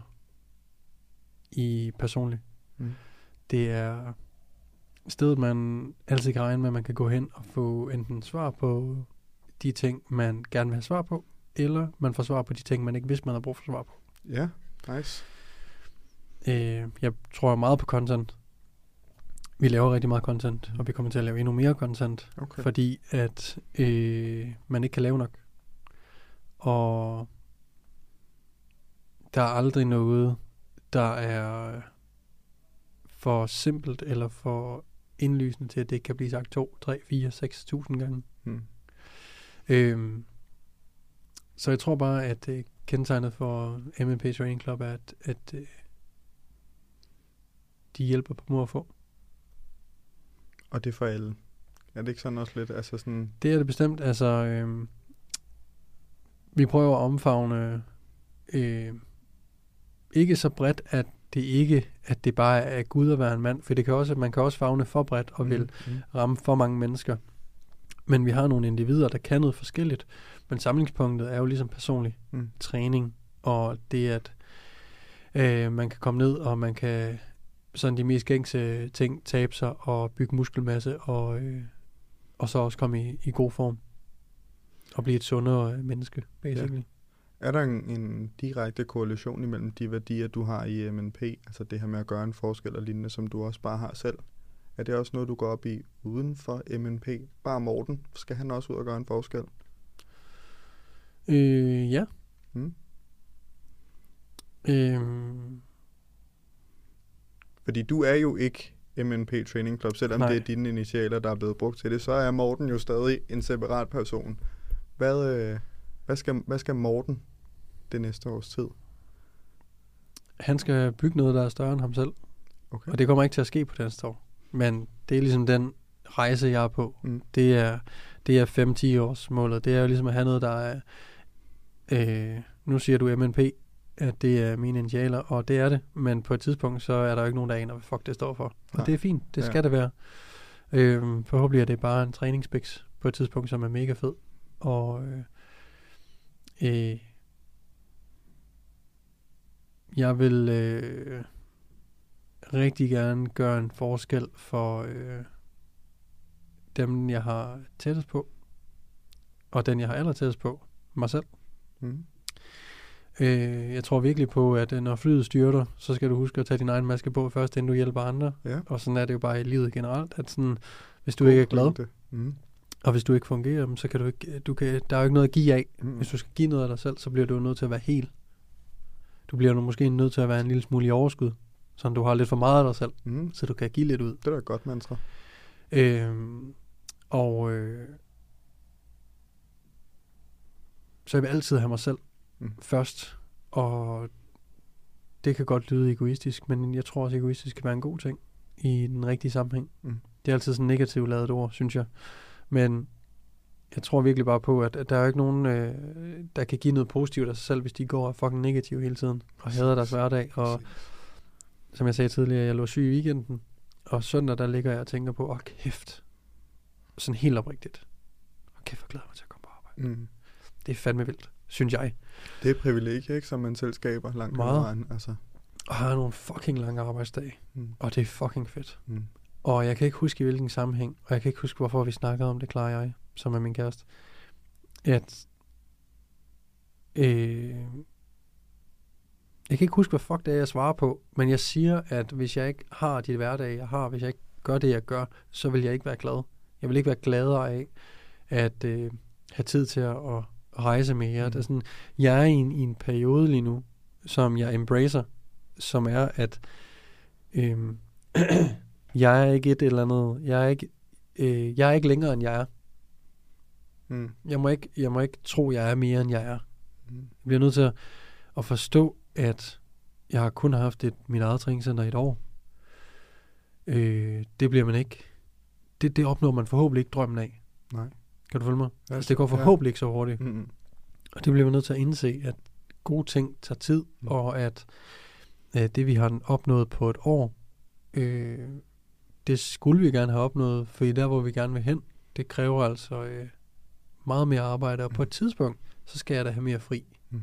i personlig. Det er stedet, man altid kan regne med, at man kan gå hen og få enten svar på de ting, man gerne vil have svar på, eller man får svar på de ting, man ikke vidste, man havde brug for svar på. Ja, nice. Jeg tror meget på content. Vi laver rigtig meget content, og vi kommer til at lave endnu mere content, Okay. fordi at man ikke kan lave nok. Og der er aldrig noget, der er for simpelt eller for indlysende til, at det ikke kan blive sagt 2, 3, 4, 6.000 gange. Så jeg tror bare, at kendetegnet for MNP Training Club er, at de hjælper på mor at få. Og det er for alle. Er det ikke sådan også lidt? Altså sådan... Det er det bestemt. Altså, vi prøver at omfavne ikke så bredt, at det bare er Gud at være en mand, for det kan også, man kan også favne for bredt og vil ramme for mange mennesker. Men vi har nogle individer, der kan noget forskelligt. Men samlingspunktet er jo ligesom personlig træning, og det at man kan komme ned, og man kan sådan de mest gængse ting tabe sig og bygge muskelmasse, og så også komme i god form og blive et sundere menneske, basically. Ja. Er der en direkte korrelation imellem de værdier, du har i MNP, altså det her med at gøre en forskel og lignende, som du også bare har selv? Er det også noget, du går op i uden for MNP? Bare Morten, skal han også ud og gøre en forskel? Ja. Fordi du er jo ikke MNP Training Club, selvom Nej. det er dine initialer, der er blevet brugt til det, så er Morten jo stadig en separat person. Hvad skal Morten det næste års tid? Han skal bygge noget, der er større end ham selv. Okay. Og det kommer ikke til at ske på det næste år. Men det er ligesom den rejse, jeg er på. Det er 5-10 års målet. Det er jo ligesom at have noget, der er... nu siger du MNP, at det er mine initialer, og det er det. Men på et tidspunkt, så er der jo ikke nogen, der aner, hvad fuck det står for. Og det er fint. Det skal det være. Forhåbentlig er det bare en træningspiks på et tidspunkt, som er mega fed. Og jeg vil rigtig gerne gøre en forskel for dem, jeg har tættest på, og den, jeg har allertættest på, mig selv. Jeg tror virkelig på, at når flyet styrter, så skal du huske at tage din egen maske på først, inden du hjælper andre. Ja. Og sådan er det jo bare i livet generelt, at sådan, hvis du ikke er glad, og hvis du ikke fungerer, så kan der er jo ikke noget at give af. Hvis du skal give noget af dig selv, så bliver du jo nødt til at være hel. Du bliver nu måske nødt til at være en lille smule i overskud, så du har lidt for meget af dig selv, så du kan give lidt ud. Det er da et godt mantra. Så jeg vil altid have mig selv først, og det kan godt lyde egoistisk, men jeg tror også, egoistisk kan være en god ting i den rigtige sammenhæng. Det er altid sådan negativt ladet ord, synes jeg. Men jeg tror virkelig bare på, at der er jo ikke nogen, der kan give noget positivt af sig selv, hvis de går og fucking negativ hele tiden, og hader deres hverdag. Og som jeg sagde tidligere, jeg lå syg i weekenden, og søndag, der ligger jeg og tænker på, kæft, sådan helt oprigtigt. Kæft, jeg glæder mig til at komme på arbejde. Det er fandme vildt, synes jeg. Det er et privilegie, ikke, som man selv skaber langt ad vejen. Altså. Og har nogle fucking lange arbejdsdage, og det er fucking fedt. Og jeg kan ikke huske i hvilken sammenhæng, og jeg kan ikke huske, hvorfor vi snakkede om det, Clara og jeg, som er min kæreste, at jeg kan ikke huske, hvad fuck det er, jeg svarer på, men jeg siger, at hvis jeg ikke har de hverdage, jeg har, hvis jeg ikke gør det, jeg gør, så vil jeg ikke være glad. Jeg vil ikke være gladere af at have tid til at rejse mere. Det er sådan, jeg er i en periode lige nu, som jeg embracer, som er, at jeg er ikke et eller andet, jeg er ikke længere, end jeg er. Jeg må ikke tro, jeg er mere, end jeg er. Jeg bliver nødt til at forstå, at jeg har kun haft mit eget træningscenter i et år. Det bliver man ikke. Det opnår man forhåbentlig ikke drømmen af. Nej. Kan du følge mig? Altså, det går forhåbentlig ikke så hurtigt. Og det bliver man nødt til at indse, at gode ting tager tid, og at det, vi har opnået på et år, det skulle vi gerne have opnået, fordi der, hvor vi gerne vil hen, det kræver altså meget mere arbejde, og på et tidspunkt, så skal jeg da have mere fri.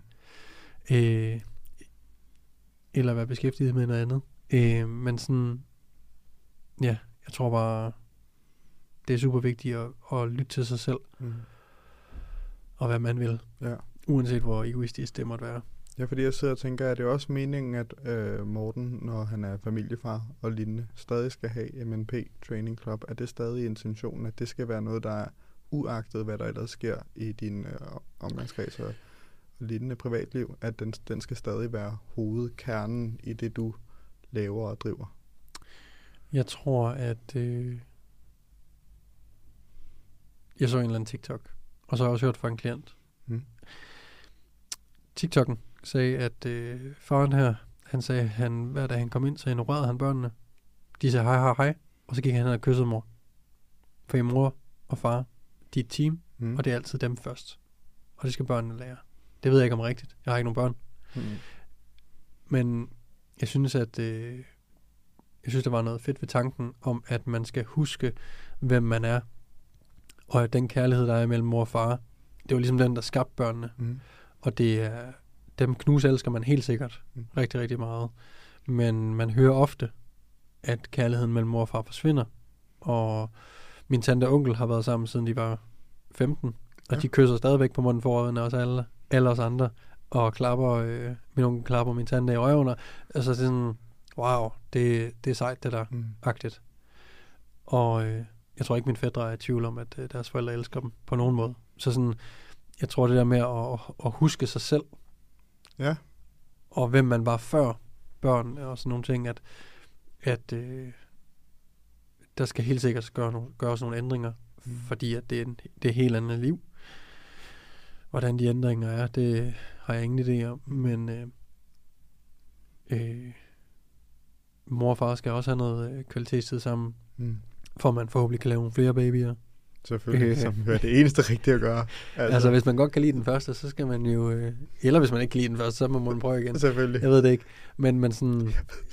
Eller være beskæftiget med noget andet. Men sådan, ja, jeg tror bare, det er super vigtigt at lytte til sig selv, og hvad man vil. Ja. Uanset hvor egoistisk det måtte være. Ja, fordi jeg sidder og tænker, at det er også meningen, at Morten, når han er familiefar og lignende, stadig skal have MNP Training Club. Er det stadig intentionen, at det skal være noget, der er uagtet, hvad der ellers sker i din omgangskreds og lignende privatliv, at den skal stadig være hovedkernen i det, du laver og driver? Jeg tror, at jeg så en eller anden TikTok, og så har jeg også hørt fra en klient. TikTok'en sagde, at faren her, han sagde, at hver dag han kom ind, så ignorerede han børnene. De sagde hej, hej, hej, og så gik han hen og kyssede mor. For mor og far, de er et team, og det er altid dem først. Og det skal børnene lære. Det ved jeg ikke om rigtigt. Jeg har ikke nogen børn. Men jeg synes, at der var noget fedt ved tanken om, at man skal huske, hvem man er. Og at den kærlighed, der er mellem mor og far, det var ligesom den, der skabte børnene. Og det er, dem elsker man helt sikkert rigtig, rigtig meget. Men man hører ofte, at kærligheden mellem mor og far forsvinder. Og min tante og onkel har været sammen, siden de var 15. Og de kysser stadigvæk på munden foran os alle os andre. Og klapper, min onkel klapper min tante i røven. Altså det er sådan, wow, det er sejt det der, agtigt. Og jeg tror ikke, min fædre er i tvivl om, at deres forældre elsker dem på nogen måde. Så sådan, jeg tror det der med at huske sig selv. Ja. Og hvem man var før børn og sådan nogle ting, at der skal helt sikkert gøres nogle ændringer, fordi at det er et helt andet liv. Hvordan de ændringer er, det har jeg ingen idé om, men mor og far skal også have noget kvalitetstid sammen, for man forhåbentlig kan lave nogle flere babyer. Selvfølgelig, som er det eneste rigtige at gøre. Altså, hvis man godt kan lide den første, så skal man jo... eller hvis man ikke kan lide den første, så må man prøve igen. Selvfølgelig. Jeg ved det ikke. Men sådan...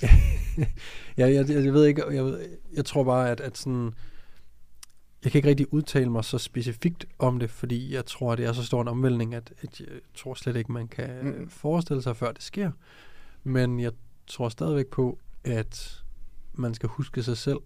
jeg ved ikke... Jeg tror bare, at sådan... Jeg kan ikke rigtig udtale mig så specifikt om det, fordi jeg tror, det er så stor en omvæltning, at jeg tror slet ikke, man kan forestille sig, før det sker. Men jeg tror stadigvæk på, at man skal huske sig selv,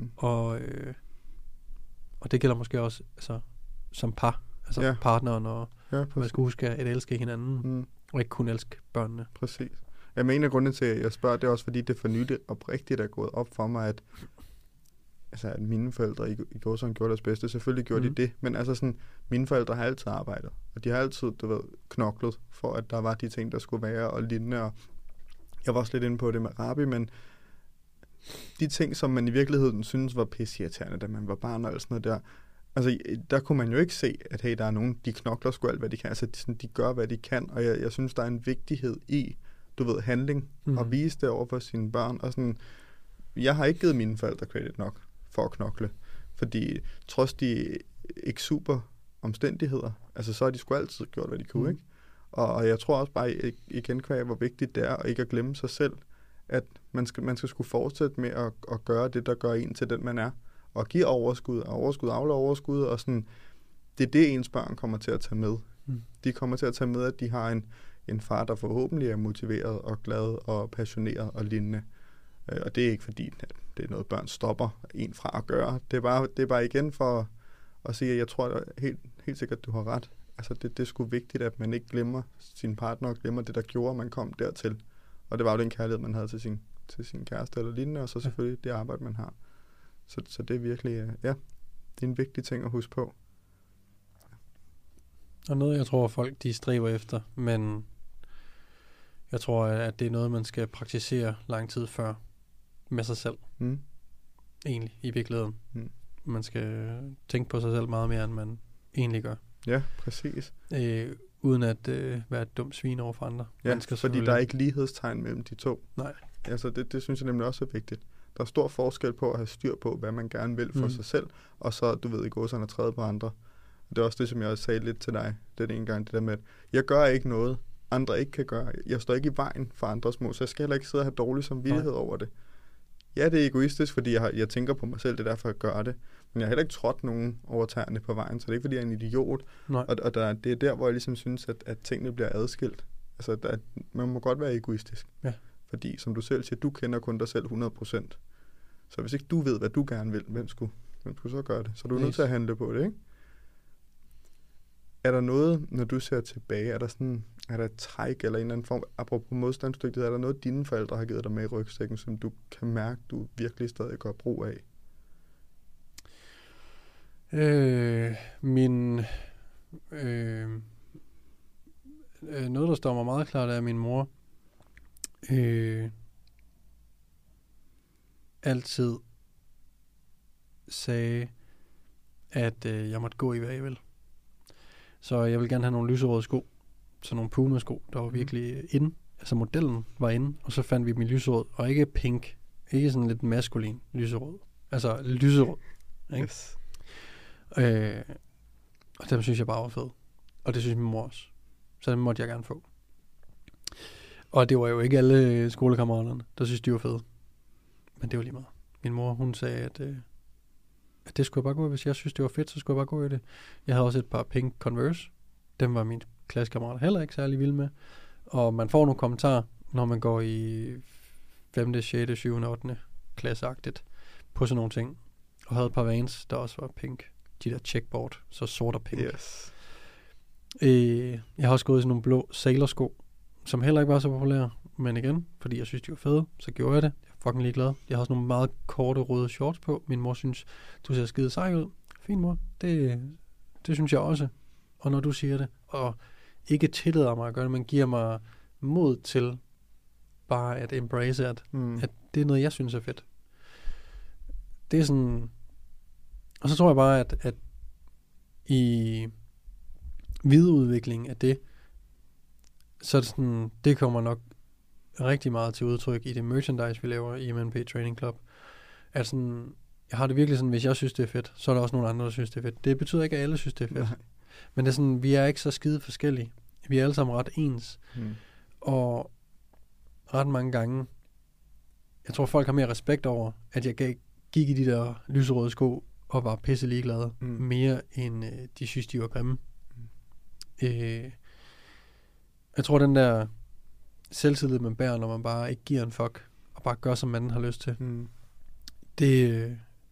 og det gælder måske også altså, som par, altså partneren, og man skal huske at elske hinanden, og ikke kun elske børnene. Præcis. Jeg mener, grunden til, at jeg spørger, det er også fordi, det for nyligt oprigtigt er gået op for mig, at mine forældre i går sådan gjorde deres bedste. Selvfølgelig gjorde de det, men altså sådan, mine forældre har altid arbejdet, og de har altid, knoklet for, at der var de ting, der skulle være, og lignende, og jeg var også lidt inde på det med Rabi, men de ting, som man i virkeligheden synes var pisseirriterende, da man var barn og sådan noget der, altså der kunne man jo ikke se, at hey, der er nogen, de knokler sgu alt, hvad de kan, altså de gør, hvad de kan, og jeg synes, der er en vigtighed i, handling, og vise det over for sine børn, og sådan, jeg har ikke givet mine forældre credit nok for at knokle, fordi trods de ikke super omstændigheder, altså så har de sgu altid gjort, hvad de kunne, ikke? Og jeg tror også bare igen, hvor vigtigt det er, at ikke at glemme sig selv, at man skal skulle fortsætte med at gøre det, der gør en til den, man er, og give overskud, afle overskud, og sådan, det er det, ens børn kommer til at tage med. De kommer til at tage med, at de har en far, der forhåbentlig er motiveret og glad og passioneret og lignende. Og det er ikke fordi, at det er noget, børn stopper en fra at gøre. Det er bare igen for at sige, at jeg tror at helt sikkert, du har ret. Altså det er sgu vigtigt, at man ikke glemmer sin partner og glemmer det, der gjorde, at man kom dertil. Og det var jo den kærlighed, man havde til sin kæreste eller lignende, og så selvfølgelig det arbejde, man har. Så det er virkelig, det er en vigtig ting at huske på. Og noget, jeg tror, folk de stræber efter, men jeg tror, at det er noget, man skal praktisere lang tid før med sig selv. Egentlig, i virkeligheden. Man skal tænke på sig selv meget mere, end man egentlig gør. Ja, præcis. Uden at være et dumt svin over for andre. Ja, fordi der er ikke lighedstegn mellem de to. Nej. Altså det synes jeg nemlig også er vigtigt. Der er stor forskel på at have styr på, hvad man gerne vil for sig selv, og så, gå sådan og træde på andre. Og det er også det, som jeg også sagde lidt til dig, den ene gang, det der med, at jeg gør ikke noget, andre ikke kan gøre. Jeg står ikke i vejen for andres mål, så jeg skal heller ikke sidde og have dårlig samvittighed over det. Ja, det er egoistisk, fordi jeg tænker på mig selv, det er derfor, jeg gør det. Men jeg har heller ikke trådt nogen over tæerne på vejen, så det er ikke, fordi jeg er en idiot. Og det er der, hvor jeg ligesom synes, at tingene bliver adskilt. Altså, man må godt være egoistisk. Ja. Fordi, som du selv siger, du kender kun dig selv 100%. Så hvis ikke du ved, hvad du gerne vil, hvem skulle så gøre det? Så du er nødt til at handle på det, ikke? Er der noget, når du ser tilbage, er Er der et træk eller en eller anden form, apropos modstandsdygtighed, er der noget, dine forældre har givet dig med i rygsækken, som du kan mærke, du virkelig stadig gør brug af? Noget, der står mig meget klart, er, at min mor altid sagde, at jeg måtte gå i, hvad jeg vil. Så jeg vil gerne have nogle lyserøde sko, så nogle Puma-sko, der var virkelig inde. Altså modellen var inde, og så fandt vi dem i lyserød, og ikke pink, ikke sådan lidt maskulin lyserød. Altså lyserød. Ikke? Yes. Og dem synes jeg bare var fed. Og det synes min mor også. Så dem måtte jeg gerne få. Og det var jo ikke alle skolekammeraterne, der synes, de var fede. Men det var lige meget. Min mor, hun sagde, at det skulle jeg bare gå i. Hvis jeg synes, det var fedt, så skulle jeg bare gå i det. Jeg havde også et par pink Converse. Dem var mine klassekammerater heller ikke særlig vilde med. Og man får nogle kommentarer, når man går i 5., 6., 7., 8. klasseagtigt på sådan nogle ting. Og havde et par Vans, der også var pink. De der checkboard, så sort og pink. Yes. Jeg har også gået i sådan nogle blå sailorsko, som heller ikke var så populære. Men igen, fordi jeg synes, de var fede, så gjorde jeg det. Jeg er fucking ligeglad. Jeg har også nogle meget korte røde shorts på. Min mor synes, du ser skide sej ud. Fint, mor. Det synes jeg også. Og når du siger det, og ikke tillader mig at gøre det, men giver mig mod til bare at embrace, at det er noget, jeg synes er fedt. Det er sådan... Og så tror jeg bare, at i videreudviklingen af det, så er det sådan, det kommer nok rigtig meget til udtryk i det merchandise, vi laver i MNP Training Club. At sådan, jeg har det virkelig sådan, hvis jeg synes, det er fedt, så er der også nogle andre, der synes, det er fedt. Det betyder ikke, at alle synes, det er fedt. Nej. Men det er sådan, vi er ikke så skide forskellige. Vi er alle sammen ret ens. Og ret mange gange, jeg tror, folk har mere respekt over, at jeg gik i de der lyserøde sko, og var pisse ligeglade, mere end de synes, de var grimme. Jeg tror, den der selvtillid, man bærer, når man bare ikke giver en fuck, og bare gør, som man har lyst til, det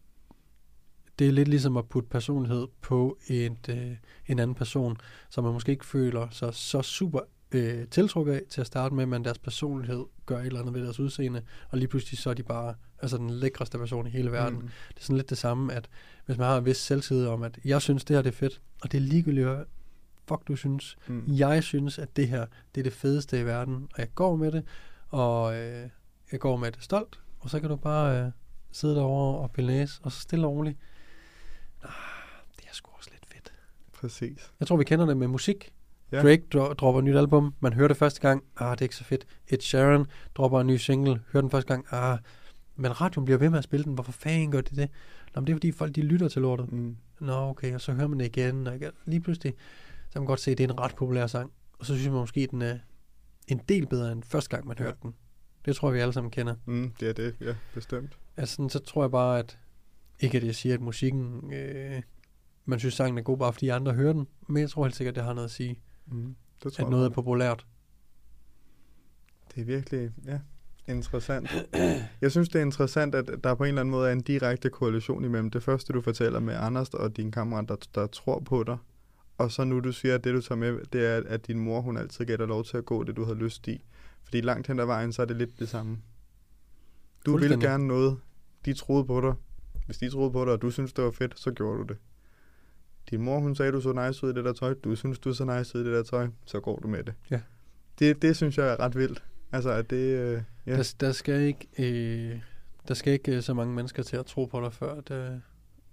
er lidt ligesom at putte personlighed på en anden person, som man måske ikke føler sig så super tiltrukket af til at starte med, men deres personlighed gør et eller andet ved deres udseende, og lige pludselig så er de bare den lækreste person i hele verden. Det er sådan lidt det samme, at hvis man har en vis selvtillid om, at jeg synes, det her det er fedt, og det er ligegyldigt, hvad fuck du synes. Jeg synes, at det her, det er det fedeste i verden, og jeg går med det, og jeg går med det stolt, og så kan du bare sidde derovre og pille næse, og så stille og roligt. Det er sgu også lidt fedt. Præcis. Jeg tror, vi kender det med musik. Ja. Drake dropper et nyt album, man hører det første gang, det er ikke så fedt. Ed Sheeran dropper en ny single, hører den første gang, men radioen bliver ved med at spille den, hvorfor fanden gør de det? Nå, men det er fordi folk, de lytter til lortet. Nå, okay, og så hører man det igen, og lige pludselig, så kan man godt se, at det er en ret populær sang, og så synes man måske, at den er en del bedre end første gang, man hørte den. Det tror jeg, vi alle sammen kender. Det er det, ja, bestemt. Altså, så tror jeg bare, at ikke at jeg siger, at musikken, man synes, sangen er god, bare fordi andre hører den, men jeg tror helt sikkert, at det har noget at sige. Det tror at noget er populært. Det er virkelig, interessant. Jeg synes, det er interessant, at der på en eller anden måde er en direkte korrelation imellem det første, du fortæller med Anders og din kammerat, der tror på dig, og så nu du siger, at det du tager med, det er, at din mor, hun altid gav dig lov til at gå det, du havde lyst i. Fordi langt hen ad vejen, så er det lidt det samme. Du ville gerne noget, de troede på dig. Hvis de troede på dig, og du synes det var fedt, så gjorde du det. Din mor, hun sagde, du så nice ud i det der tøj. Du synes, du så nice ud i det der tøj. Så går du med det. Ja. Det synes jeg er ret vildt. Altså, at det... Der skal ikke så mange mennesker til at tro på dig, før at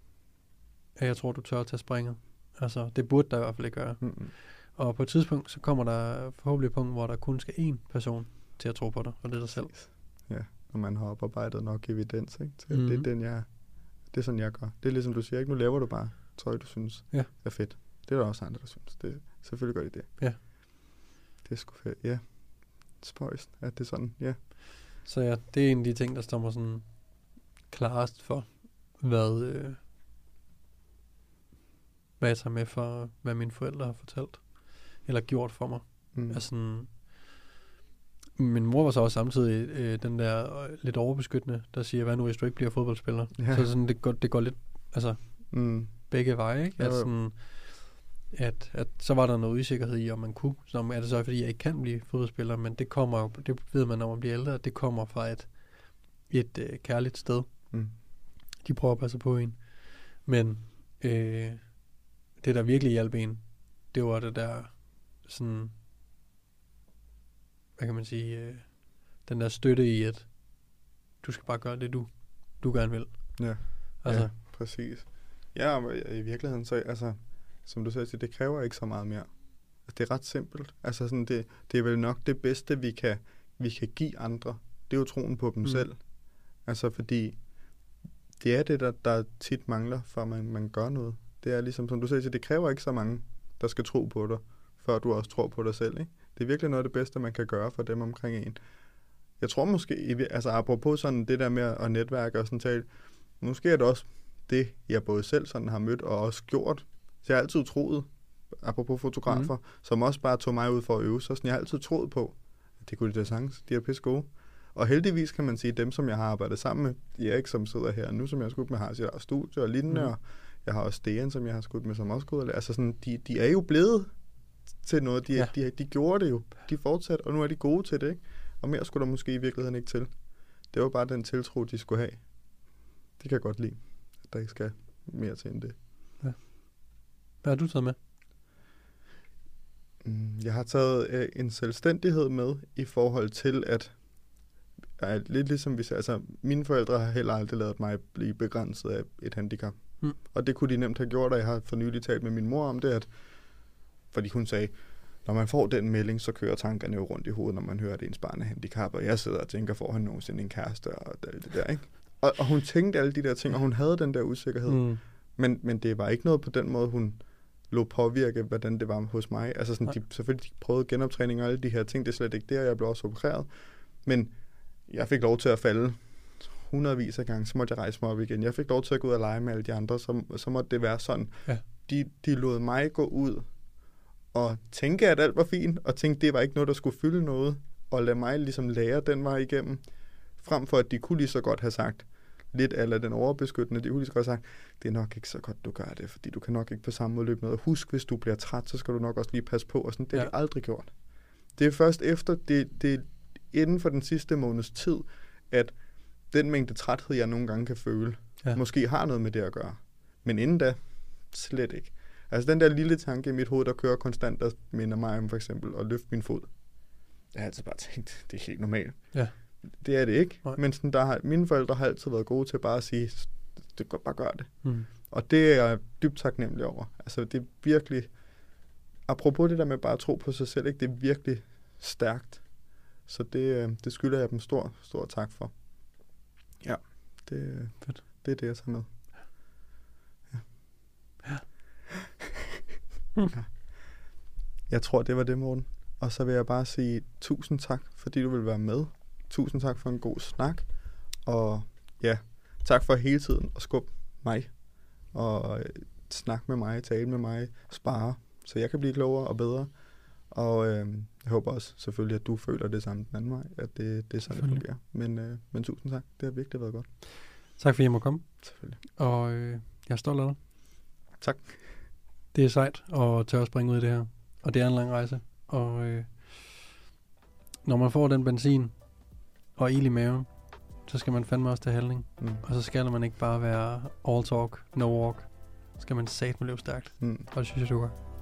jeg tror, du tør at tage springet. Altså, det burde der i hvert fald ikke gøre. Og på et tidspunkt, så kommer der forhåbentlig et punkt, hvor der kun skal én person til at tro på dig, og det er dig selv. Ja, og man har oparbejdet nok evidens, ikke? Til det er sådan, jeg gør. Det er ligesom du siger, ikke? Nu laver du bare tøj, du synes er fedt. Det er der også andre, der synes. Selvfølgelig gør de det. Ja. Det er sgu fedt, ja. Spøjst, at det er sådan, ja. Så ja, det er en af de ting, der står mig sådan klarest for, hvad jeg tager med for, hvad mine forældre har fortalt, eller gjort for mig. Altså, min mor var så også samtidig den der lidt overbeskyttende, der siger, hvad nu hvis du ikke bliver fodboldspiller? Ja. Så sådan, det går lidt, altså, begge veje, ikke? Altså, at så var der noget usikkerhed i, om man kunne. Så er det så, fordi jeg ikke kan blive fodboldspiller, men det kommer jo, det ved man, når man bliver ældre, at det kommer fra et kærligt sted. Mm. De prøver at passe på en. Men det, der virkelig hjalp en, det var det der sådan, hvad kan man sige, den der støtte i, at du skal bare gøre det, du gerne vil. Ja, Altså, ja, præcis. Ja, og i virkeligheden, så altså, som du sagde, det kræver ikke så meget mere. Det er ret simpelt. Altså sådan, det er vel nok det bedste, vi kan give andre. Det er jo troen på dem selv. Altså fordi, det er det, der tit mangler, for at man gør noget. Det er ligesom, som du sagde, det kræver ikke så mange, der skal tro på dig, før du også tror på dig selv. Ikke? Det er virkelig noget af det bedste, man kan gøre for dem omkring en. Jeg tror måske, altså apropos sådan det der med at netværke og sådan tale, måske er det også det, jeg både selv sådan har mødt og også gjort. Så jeg har altid troet, apropos fotografer, som også bare tog mig ud for at øve sig, sådan jeg har altid troet på, at det kunne de da sagtens, de er pisse gode. Og heldigvis kan man sige, dem som jeg har arbejdet sammen med, Erik som sidder her nu, som jeg har skudt med, har sit eget studie og lignende, og jeg har også Sten, som jeg har skudt med, som også skudt. Altså sådan, de er jo blevet til noget, de gjorde det jo, de fortsatte, og nu er de gode til det, ikke? Og mere skulle der måske i virkeligheden ikke til. Det var bare den tiltro, de skulle have. Det kan jeg godt lide, at der ikke skal mere til end det. Ja. Hvad har du taget med? Jeg har taget en selvstændighed med i forhold til, at lidt ligesom vi sagde, altså mine forældre har heller aldrig ladet mig blive begrænset af et handicap. Og det kunne de nemt have gjort, og jeg har for nylig talt med min mor om det, at fordi hun sagde, når man får den melding, så kører tankerne jo rundt i hovedet, når man hører, at ens barn er handicap, og jeg sidder og tænker, får han nogensinde en kæreste, og alt det der, ikke? Og hun tænkte alle de der ting, og hun havde den der usikkerhed. Men det var ikke noget på den måde, hun lå påvirke, hvordan det var hos mig. Altså sådan, selvfølgelig de prøvede genoptræning og alle de her ting, det er slet ikke det, og jeg blev også opereret. Men jeg fik lov til at falde hundredvis af gange, så måtte jeg rejse mig op igen. Jeg fik lov til at gå ud og lege med alle de andre, så måtte det være sådan. Ja. De lod mig gå ud og tænke, at alt var fint, og tænke, det var ikke noget, der skulle fylde noget, og lade mig ligesom lære den vej igennem, frem for at de kunne lige så godt have sagt, lidt eller den overbeskyttende, de kunne lige så godt have sagt, det er nok ikke så godt, du gør det, fordi du kan nok ikke på samme måde løbe med, og husk, hvis du bliver træt, så skal du nok også lige passe på, og sådan, det har de aldrig gjort. Det er først efter, det inden for den sidste måneds tid, at den mængde træthed, jeg nogle gange kan føle, måske har noget med det at gøre. Men inden da, slet ikke. Altså den der lille tanke i mit hoved, der kører konstant, der minder mig om for eksempel at løfte min fod. Jeg har altid bare tænkt, det er helt normalt. Ja. Det er det ikke. Nej. Men sådan, mine forældre har altid været gode til bare at sige, det går bare gør det. Og det er jeg dybt taknemmelig over. Altså det er virkelig, apropos det der med bare at tro på sig selv, ikke? Det er virkelig stærkt. Så det skylder jeg dem stor tak for. Ja, det er det, jeg tager med. Ja. Jeg tror, det var det, Morten. Og så vil jeg bare sige tusind tak, fordi du vil være med. Tusind tak for en god snak. Og ja, tak for hele tiden at skubbe mig. Og snakke med mig, tale med mig, spare, så jeg kan blive klogere og bedre. Og jeg håber også selvfølgelig, at du føler det samme den anden vej, at det er sådan, det fungerer. Men tusind tak. Det har virkelig været godt. Tak fordi jeg må komme. Selvfølgelig. Og jeg er stolt af dig. Tak. Det er sejt at tør at springe ud i det her. Og det er en lang rejse. Og når man får den benzin og ild i maven, så skal man fandme også tage handling. Og så skal man ikke bare være all talk, no walk. Så skal man satme løbe stærkt. Og det synes jeg, du gør.